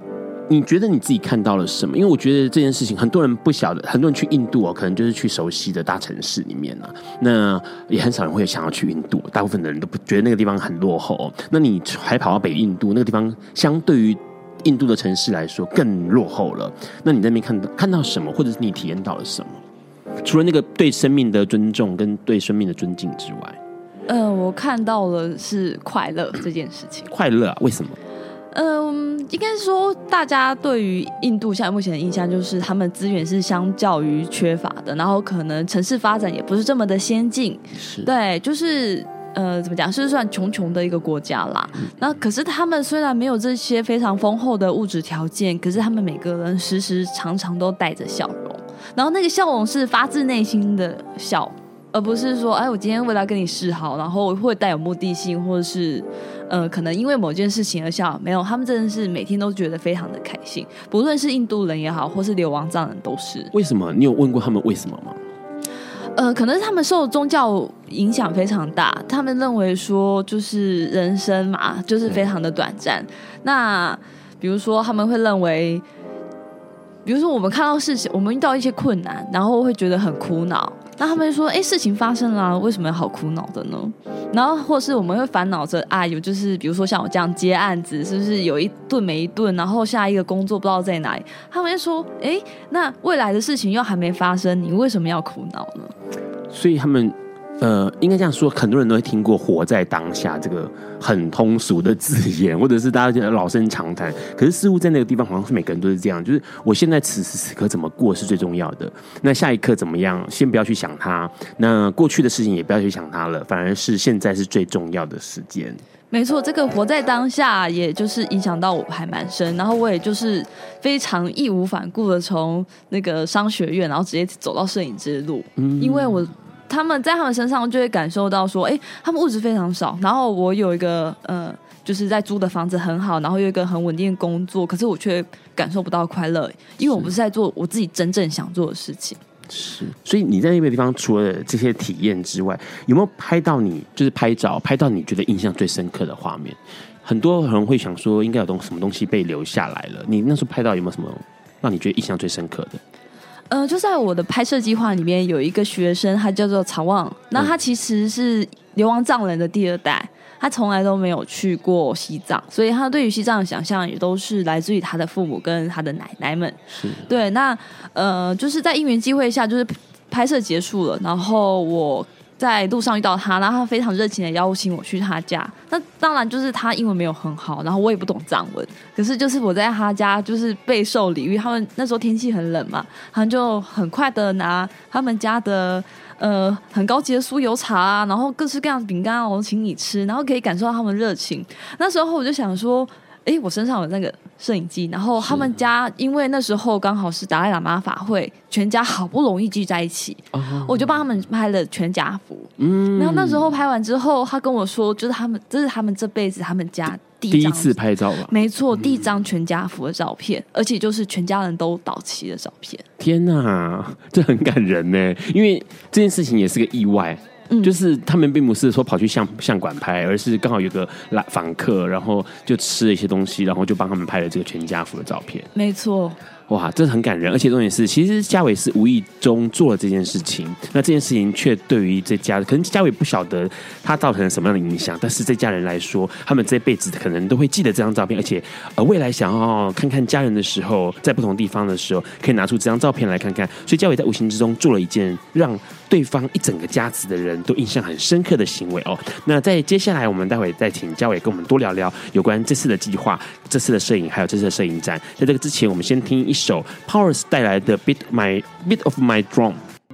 你觉得你自己看到了什么？因为我觉得这件事情很多人不晓得，很多人去印度哦，可能就是去熟悉的大城市里面啊，那也很少人会想要去印度，大部分的人都不觉得那个地方很落后哦。那你还跑到北印度，那个地方相对于印度的城市来说更落后了。那你在那边看到看到什么，或者是你体验到了什么？除了那个对生命的尊重跟对生命的尊敬之外， 呃，我看到了是快乐这件事情。 快乐啊？为什么？ 嗯，应该说大家对于印度现在目前的印象就是他们资源是相较于缺乏的，然后可能城市发展也不是这么的先进， 是对，就是呃怎么讲，是算穷穷的一个国家啦。嗯、那可是他们虽然没有这些非常丰厚的物质条件，可是他们每个人时时常常都带着笑容，然后那个笑容是发自内心的笑。而不是说，哎，我今天为了跟你示好，然后会带有目的性，或者是，呃，可能因为某件事情而笑。没有，他们真的是每天都觉得非常的开心，不论是印度人也好，或是流亡藏人都是。 为什么？你有问过他们为什么吗？ 呃，可能是他们受宗教影响非常大，他们认为说，就是人生嘛，就是非常的短暂。那比如说，他们会认为。比如说我们看到事情，我们遇到一些困难，然后会觉得很苦恼，那他们就说，哎，事情发生了、啊，为什么要好苦恼的呢？然后或是我们会烦恼着啊，有就是比如说像我这样接案子，是不是有一顿没一顿，然后下一个工作不知道在哪里？他们就说，哎，那未来的事情又还没发生，你为什么要苦恼呢？ 所以他们呃，应该这样说，很多人都会听过活在当下这个很通俗的字眼，或者是大家觉得老生常谈。可是似乎在那个地方，好像是每个人都是这样，就是我现在此时此刻怎么过是最重要的。那下一刻怎么样，先不要去想它。那过去的事情也不要去想它了，反而是现在是最重要的时间。 没错，这个活在当下，也就是影响到我还蛮深。然后我也就是非常义无反顾的从那个商学院，然后直接走到摄影之路，嗯、因为我。他们在他们身上就会感受到说，哎，他们物质非常少，然后我有一个呃，就是在租的房子很好，然后有一个很稳定的工作，可是我却感受不到快乐，因为我不是在做我自己真正想做的事情。 是，所以你在那个地方除了这些体验之外，有没有拍到你就是拍照拍到你觉得印象最深刻的画面？很多人会想说，应该有东什么东西被留下来了。你那时候拍到有没有什么让你觉得印象最深刻的？ 呃，就在我的拍摄计划里面有一个学生，他叫做曹旺，那他其实是流亡藏人的第二代，他从来都没有去过西藏，所以他对于西藏的想象也都是来自于他的父母跟他的奶奶们。是对，那呃，就是在因缘机会下，就是拍摄结束了，然后我在路上遇到他，然后他非常热情的邀请我去他家。那当然就是他英文没有很好，然后我也不懂藏文，可是就是我在他家就是备受礼遇。他们那时候天气很冷嘛，他们就很快的拿他们家的呃很高级的酥油茶啊，然后各式各样的饼干啊，我请你吃，然后可以感受到他们热情。那时候我就想说，哎，我身上有那个摄影机，然后他们家因为那时候刚好是达赖喇嘛法会，全家好不容易聚在一起，哦、我就帮他们拍了全家福。嗯，然后那时候拍完之后，他跟我说，就是他们这是他们这辈子他们家第一第一次拍照吧？ 没错，第一张全家福的照片，而且就是全家人都到齐的照片。 天哪，这很感人呢！因为这件事情也是个意外。嗯、就是他们并不是说跑去相相馆拍，而是刚好有个来访客，然后就吃了一些东西，然后就帮他们拍了这个全家福的照片。 没错， 哇，这很感人，而且重点是，其实嘉伟是无意中做了这件事情，那这件事情却对于这家，可能嘉伟不晓得他造成了什么样的影响，但是这家人来说，他们这辈子可能都会记得这张照片，而且呃未来想要看看家人的时候，在不同地方的时候，可以拿出这张照片来看看。所以嘉伟在无形之中做了一件让对方一整个家子的人都印象很深刻的行为哦。那在接下来，我们待会再请嘉伟跟我们多聊聊有关这次的计划、这次的摄影，还有这次的摄影展。在这个之前，我们先听一首 Powers 带来的 Bit My Bit of My Drum。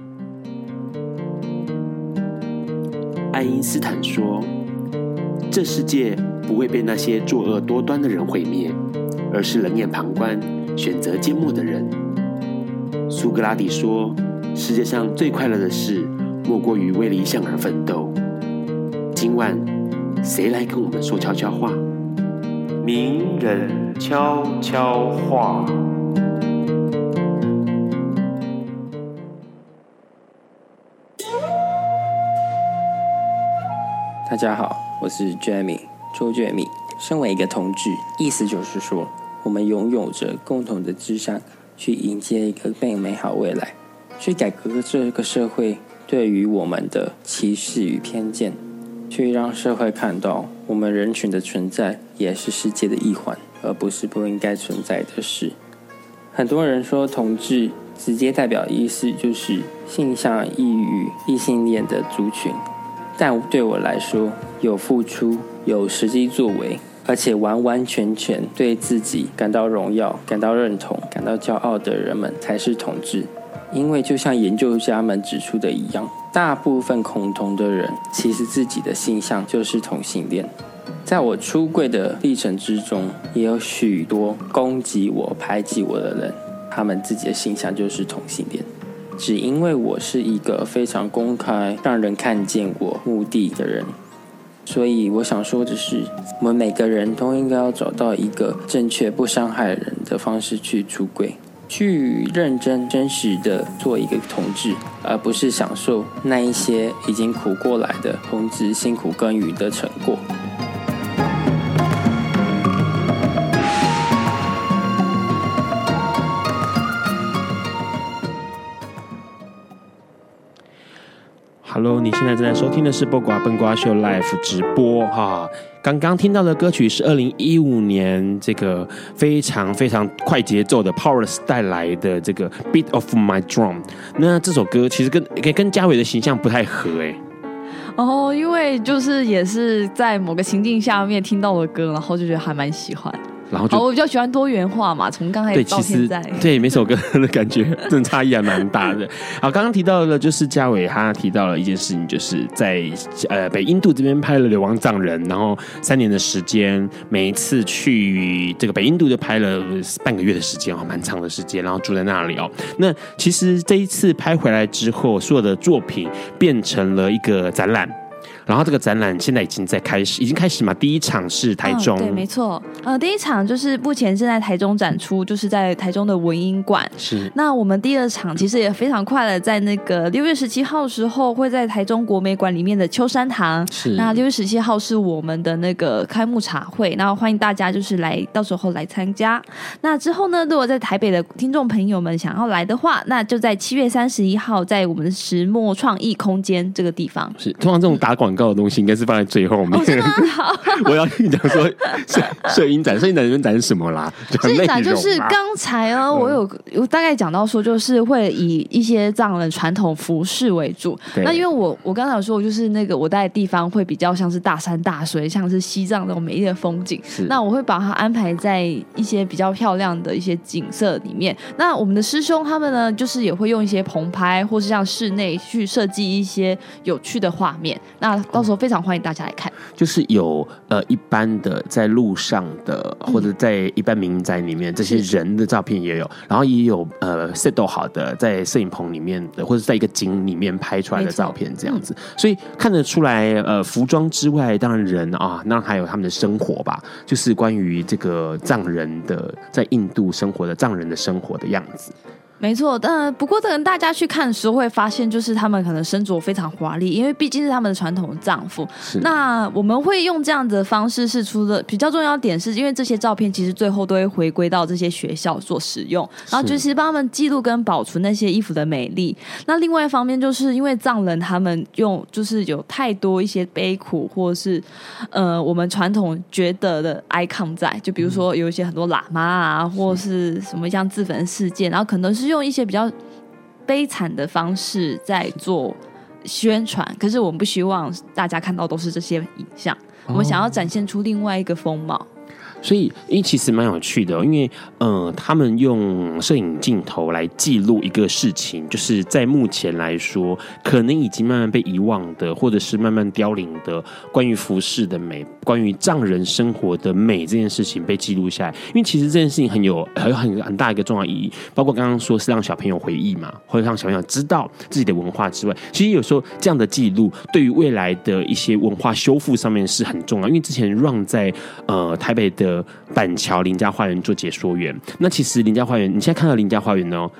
爱因斯坦说：“这世界不会被那些作恶多端的人毁灭，而是冷眼旁观、选择缄默的人。”苏格拉底说：“世界上最快乐的事，莫过于为理想而奋斗。”今晚，谁来跟我们说悄悄话？名人悄悄话。 大家好，我是 Jamie 周 Jamie。身为一个同志，意思就是说， 我们拥有着共同的志向，去迎接一个更美好未来，去改革这个社会对于我们的歧视与偏见，去让社会看到我们人群的存在也是世界的一环，而不是不应该存在的事。很多人说同志直接代表的意思就是性向异于异性恋的族群，但对我来说，有付出、有实际作为，而且完完全全对自己感到荣耀、感到认同、感到骄傲的人们才是同志。因为就像研究家们指出的一样，大部分恐同的人其实自己的性向就是同性恋。在我出柜的历程之中，也有许多攻击我、排挤我的人，他们自己的性向就是同性恋。只因为我是一个非常公开、让人看见我目的的人，所以我想说的是，我们每个人都应该要找到一个正确、不伤害人的方式去出柜，去认真、真实的做一个同志，而不是享受那一些已经苦过来的同志辛苦耕耘的成果。 Hello， 你现在正在收听的是《播瓜笨瓜秀 Live》直播哈。刚刚听到的歌曲是二零一五年这个非常非常快节奏的 Powerless 带来的这个 Beat of My Drum。那这首歌其实跟跟嘉伟的形象不太合哎、欸。 哦，因为就是也是在某个情境下面听到的歌，然后就觉得还蛮喜欢。 然后就我比较喜欢多元化嘛，从刚开始到现在， 对，对每首歌的感觉真的差异还蛮大的。好，刚刚提到的就是嘉伟他提到了一件事情，就是在呃北印度这边拍了《流亡藏人》，然后三年的时间，每一次去这个北印度就拍了半个月的时间哦，蛮长的时间，然后住在那里哦。那其实这一次拍回来之后，所有的作品变成了一个展览。然后这个展览现在已经在开始，已经开始嘛。第一场是台中，嗯、 对，没错。呃，第一场就是目前正在台中展出，就是在台中的文音馆。 是。那我们第二场其实也非常快了，在那个六月十七号的时候，会在台中国美馆里面的秋山堂。 是。 那六月十七号是我们的那个开幕茶会，那欢迎大家就是来，到时候来参加。那之后呢，如果在台北的听众朋友们想要来的话，那就在七月三十一号，在我们的石墨创意空间这个地方。 是。通常这种打广告的东西应该是放在最后面。 哦、 我要跟你讲说，摄影展，摄影展里面展什么啦？ 摄影展就是刚才呢，我有我大概讲到说，就是会以一些藏人传统服饰为主。那因为我我刚才有说，我就是那个我待的地方会比较像是大山大水，像是西藏那种美丽的风景。那我会把它安排在一些比较漂亮的一些景色里面。那我们的师兄他们呢，就是也会用一些棚拍，或是像室内去设计一些有趣的画面。那到时候非常欢迎大家来看。 就是有呃一般的在路上的，或者在一般民宅里面、嗯、这些人的照片也有，然后也有呃 set 好的在摄影棚里面的，或者在一个景里面拍出来的照片这样子，嗯、所以看得出来呃服装之外，当然人啊，那还有他们的生活吧，就是关于这个藏人的在印度生活的藏人的生活的样子。 没错，但不过等大家去看的时候会发现，就是他们可能身着非常华丽，因为毕竟是他们的传统的藏服。那我们会用这样的方式释出的比较重要的点是，因为这些照片其实最后都会回归到这些学校做使用，然后就是帮他们记录跟保存那些衣服的美丽。那另外一方面，就是因为藏人他们用就是有太多一些悲苦或是呃我们传统觉得的 icon 在，就比如说有一些很多喇嘛啊，或是什么像自焚事件，然后可能是用一些比较悲惨的方式在做宣传，可是我们不希望大家看到都是这些影像，我们想要展现出另外一个风貌。 所以，因为其实蛮有趣的、哦，因为呃，他们用摄影镜头来记录一个事情，就是在目前来说，可能已经慢慢被遗忘的，或者是慢慢凋零的，关于服饰的美，关于藏人生活的美这件事情被记录下来。因为其实这件事情很有很有很很大一个重要意义，包括刚刚说是让小朋友回忆嘛，或者让小朋友知道自己的文化之外，其实有时候这样的记录对于未来的一些文化修复上面是很重要。因为之前 run 在呃台北的板桥林家花园做解说员，那其实林家花园，你现在看到林家花园呢，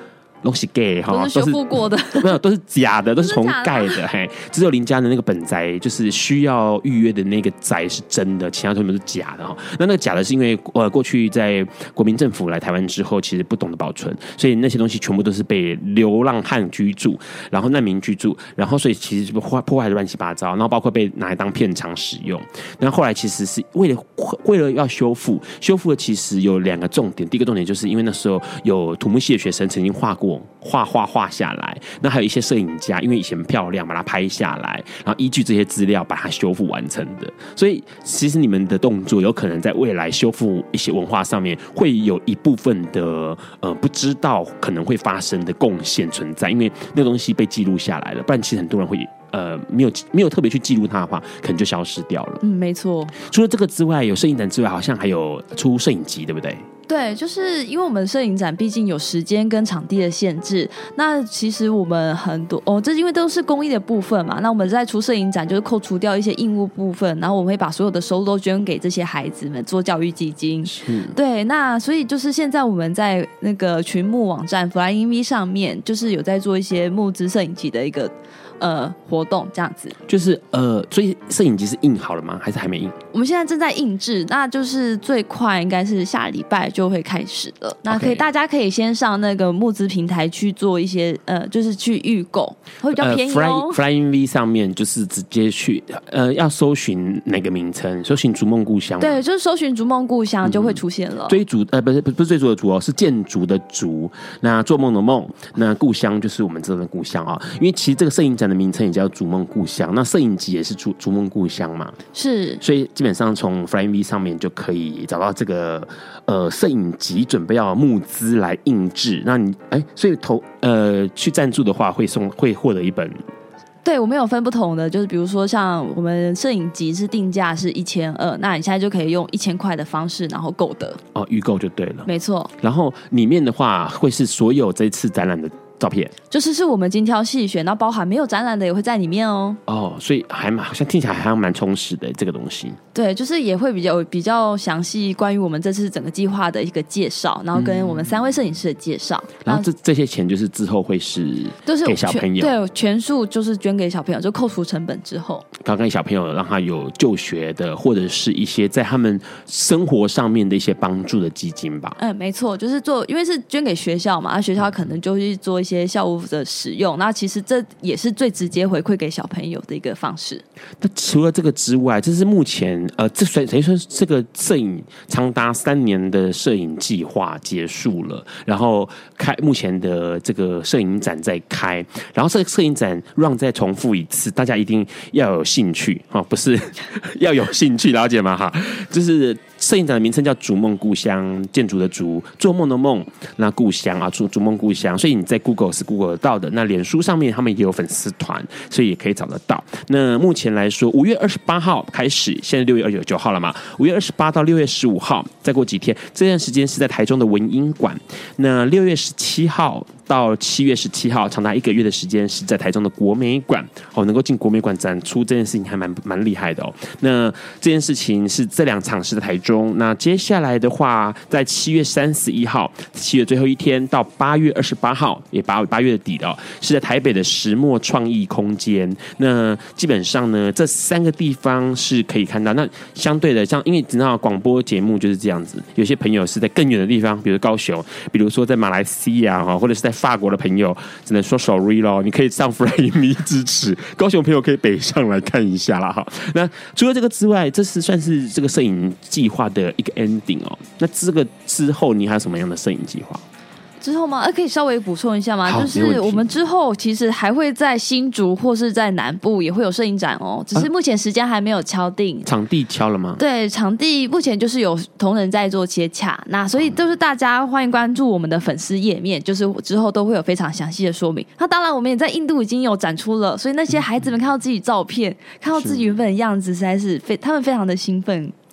都是 gay 哈， 都是修复过的， 没有，都是假的，都是重盖的。嘿，只有林家的那个本宅，就是需要预约的那个宅是真的，其他全部是假的哈。那那个假的是因为呃，过去在国民政府来台湾之后，其实不懂得保存，所以那些东西全部都是被流浪汉居住，然后难民居住，然后所以其实破破坏的乱七八糟，然后包括被拿来当片场使用。那后来其实是为了为了要修复，修复的其实有两个重点，第一个重点就是因为那时候有土木系的学生曾经画过。画画画下来，那还有一些摄影家，因为以前漂亮，把它拍下来，然后依据这些资料把它修复完成的。所以，其实你们的动作有可能在未来修复一些文化上面，会有一部分的呃不知道可能会发生的贡献存在，因为那个东西被记录下来了，不然其实很多人会。呃，没有没有特别去记录它的话，可能就消失掉了。 嗯，没错。 除了这个之外，有摄影展之外，好像还有出摄影集，对不对？ 对，就是因为我们摄影展毕竟有时间跟场地的限制，那其实我们很多哦，这因为都是公益的部分嘛，那我们在出摄影展就是扣除掉一些义务部分，然后我们会把所有的收入都捐给这些孩子们做教育基金。对，那所以就是现在我们在那个群募网站 Flying V 上面，就是有在做一些募资摄影集的一个。呃，活动这样子， 就是呃，所以摄影集是印好了吗？还是还没印？ 我们现在正在印制，那就是最快应该是下礼拜就会开始了。那可以， okay. 大家可以先上那个募资平台去做一些呃，就是去预购，会比较便宜哦。 呃、Flying V 上面就是直接去呃，要搜寻哪个名称？搜寻逐梦故乡。 对，就是搜寻逐梦故乡就会出现了。 嗯、追逐呃，不是不是追逐的逐哦，是建筑的逐。那做梦的梦，那故乡就是我们这的故乡啊、哦。因为其实这个摄影展的名称也叫逐梦故乡，那摄影集也是逐逐梦故乡嘛， 是， 所以基本上从 Flying V 上面就可以找到这个呃摄影集准备要募资来印制，那你哎，所以投呃去赞助的话会送会获得一本。 对，我们有分不同的，就是比如说像我们摄影集是定价是一千二，那你现在就可以用一千块的方式，然后购得哦，预购就对了， 没错。 然后里面的话会是所有这次展览的照片， 就是是我们精挑细选，然后包含没有展览的也会在里面哦。 哦，所以还好像听起来还蛮充实的这个东西。 对，就是也会比较比较详细关于我们这次整个计划的一个介绍，然后跟我们三位摄影师的介绍。嗯、 然后这这些钱就是之后会是给小朋友， 对，全数就是捐给小朋友，就扣除成本之后， 刚刚小朋友让他有就学的，或者是一些在他们生活上面的一些帮助的基金吧。 嗯，没错，就是做，因为是捐给学校嘛，那学校可能就去做一些校务的使用，那其实这也是最直接回馈给小朋友的一个方式。 那除了这个之外，这是目前呃，这等于说这个摄影长达三年的摄影计划结束了，然后开目前的这个摄影展在开，然后这个摄影展让再重复一次，大家一定要有兴趣哈，不是要有兴趣了解吗？哈，就是摄影展的名称叫逐梦故乡，建筑的逐，做梦的梦，那故乡啊，逐逐梦故乡，所以你在 Google 是 Google 得到的，那脸书上面他们也有粉丝团，所以也可以找得到。那目前来说，五月二十八号开始，现在六月二十九号了嘛？五月二十八到六月十五号，再过几天，这段时间是在台中的文音馆。那六月十七号到七月十七号，长达一个月的时间是在台中的国美馆。哦，能够进国美馆展出这件事情还蛮蛮厉害的哦。那这件事情是这两场是在台中，那接下来的话，在七月三十一号，七月最后一天到八月二十八号，也八八月底的、哦，是在台北的石墨创意空间。那基本上呢，这三个地方是可以看到。那相对的，像因为你知道广播节目就是这样子，有些朋友是在更远的地方，比如高雄，比如说在马来西亚哈，或者是在法国的朋友，只能说 sorry 咯，你可以上 Flying V 支持。高雄朋友可以北上来看一下啦哈。那除了这个之外，这是算是这个摄影计划的一个 ending 哦。那这个之后，你还有什么样的摄影计划？ 之后吗？呃，可以稍微补充一下吗？就是我们之后其实还会在新竹或是在南部也会有摄影展哦，只是目前时间还没有敲定。 啊、场地敲了吗？ 对，场地目前就是有同仁在做接洽，那所以就是大家欢迎关注我们的粉丝页面，就是之后都会有非常详细的说明。那当然，我们也在印度已经有展出了，所以那些孩子们看到自己照片，嗯、看到自己原本的样子，实在是非他们非常的兴奋。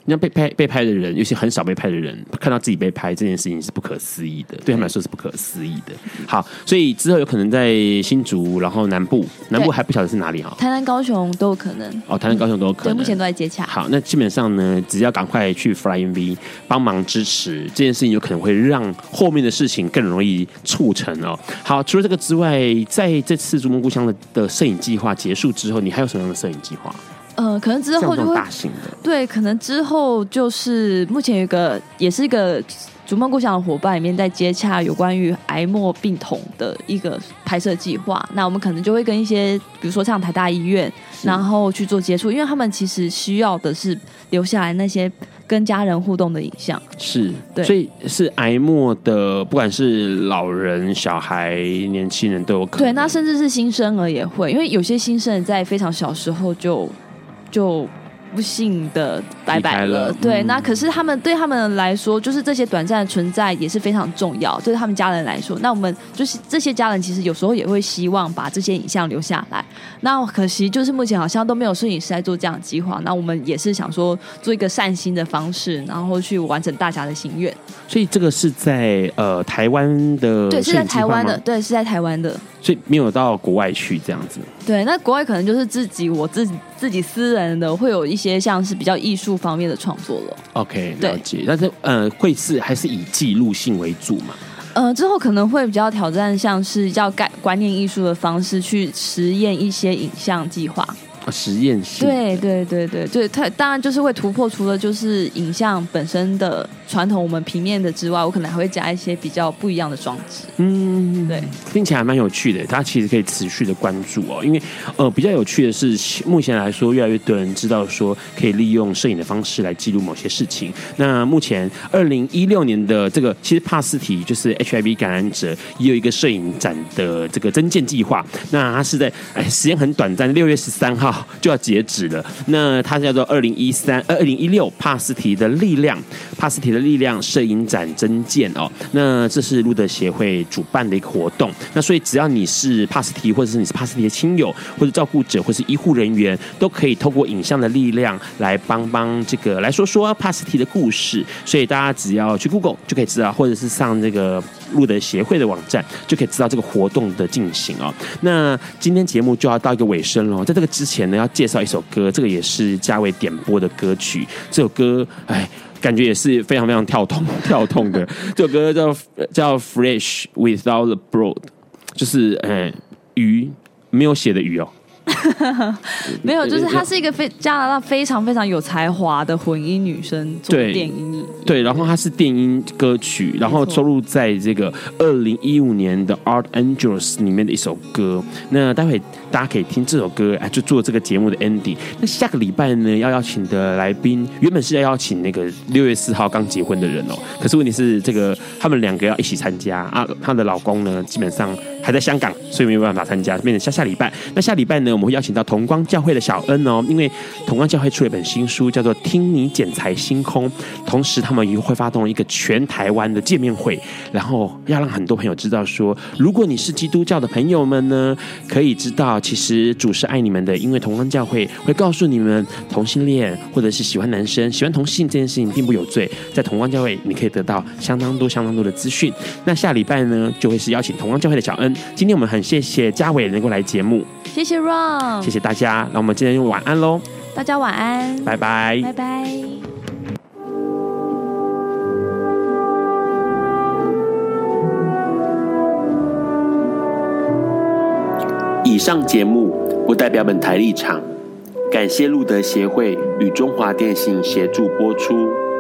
你像被拍被拍的人，尤其很少被拍的人，看到自己被拍这件事情是不可思议的，对他们来说是不可思议的。好，所以之后有可能在新竹，然后南部，南部还不晓得是哪里哈， 台南、高雄都有可能。 哦，台南、高雄都有可能。 对，目前都在接洽。 好，那基本上呢，只要赶快去 Fly M V 帮忙支持这件事情，有可能会让后面的事情更容易促成哦。好，除了这个之外，在这次《逐梦故乡》的的摄影计划结束之后，你还有什么样的摄影计划？ 呃，可能之后就会大型的， 对，可能之后就是目前有一个也是一个逐梦故乡的伙伴里面在接洽有关于癌末病童的一个拍摄计划。那我们可能就会跟一些比如说像台大医院，然后去做接触，因为他们其实需要的是留下来那些跟家人互动的影像。 是， 对， 所以是癌末的，不管是老人、小孩、年轻人都有可能。 对，那甚至是新生儿也会，因为有些新生儿在非常小时候就。就不幸的拜拜了， 了对、 嗯， 那可是他们对他们来说，就是这些短暂的存在也是非常重要，对他们家人来说，那我们就是这些家人其实有时候也会希望把这些影像留下来。那可惜就是目前好像都没有摄影师在做这样的计划，那我们也是想说做一个善心的方式，然后去完成大家的心愿。 所以这个是在呃台湾的， 对，是在台湾的，对，是在台湾的。 所以没有到国外去这样子。 对，那国外可能就是自己我自己自己私人的，会有一些像是比较艺术方面的创作了。 OK， 了解。但是呃，会是还是以记录性为主嘛？ 呃，之后可能会比较挑战，像是要概观念艺术的方式去实验一些影像计划。 实验性， 对对对对对，它当然就是会突破，除了就是影像本身的传统我们平面的之外，我可能还会加一些比较不一样的装置。 嗯， 对， 听起来还蛮有趣的，它其实可以持续的关注哦。因为呃，比较有趣的是，目前来说，越来越多人知道说可以利用摄影的方式来记录某些事情。那目前二零一六年的这个，其实帕斯提就是 H I V 感染者也有一个摄影展的这个增建计划。那它是在哎时间很短暂，六月十三号。就要截止了。那它叫做二零一三、二零一六帕斯提的力量，帕斯提的力量摄影展增建哦。那这是路德协会主办的一个活动。那所以只要你是帕斯提，或者是你是帕斯提的亲友，或者照顾者，或是医护人员，都可以透过影像的力量来帮帮这个来说说帕斯提的故事。所以大家只要去 Google 就可以知道，或者是上这个路德协会的网站，就可以知道这个活动的进行哦。那今天节目就要到一个尾声了，在这个之前呢，要介绍一首歌，这个也是嘉伟点播的歌曲。这首歌，哎，感觉也是非常非常跳痛跳痛的。这首歌叫叫 Fresh Without the Broad， 就是哎鱼没有血的鱼哦。 没有，就是她是一个非加拿大非常非常有才华的混音女生做电音， 对，然后她是电音歌曲，然后收录在这个二零一五年的 Art Angels 里面的一首歌。那待会大家可以听这首歌，哎，就做这个节目的 ending。那下个礼拜呢，要邀请的来宾原本是要邀请那个六月四号刚结婚的人哦，可是问题是这个他们两个要一起参加啊，她的老公呢基本上还在香港，所以没有办法参加，变成下下礼拜。那下礼拜呢，我们会邀请到同光教会的小恩哦，因为同光教会出了一本新书，叫做《听你剪裁星空》，同时他们也会发动一个全台湾的见面会，然后要让很多朋友知道说，如果你是基督教的朋友们呢，可以知道其实主是爱你们的，因为同光教会会告诉你们，同性恋或者是喜欢男生、喜欢同性这件事情并不有罪，在同光教会你可以得到相当多、相当多的资讯。那下礼拜呢，就会是邀请同光教会的小恩。今天我们很谢谢嘉伟能够来节目， 谢谢 Ron， 谢谢大家。那我们今天就晚安喽， 大家晚安， 拜拜， 拜拜。 以上节目不代表本台立场，感谢路德协会与中华电信协助播出。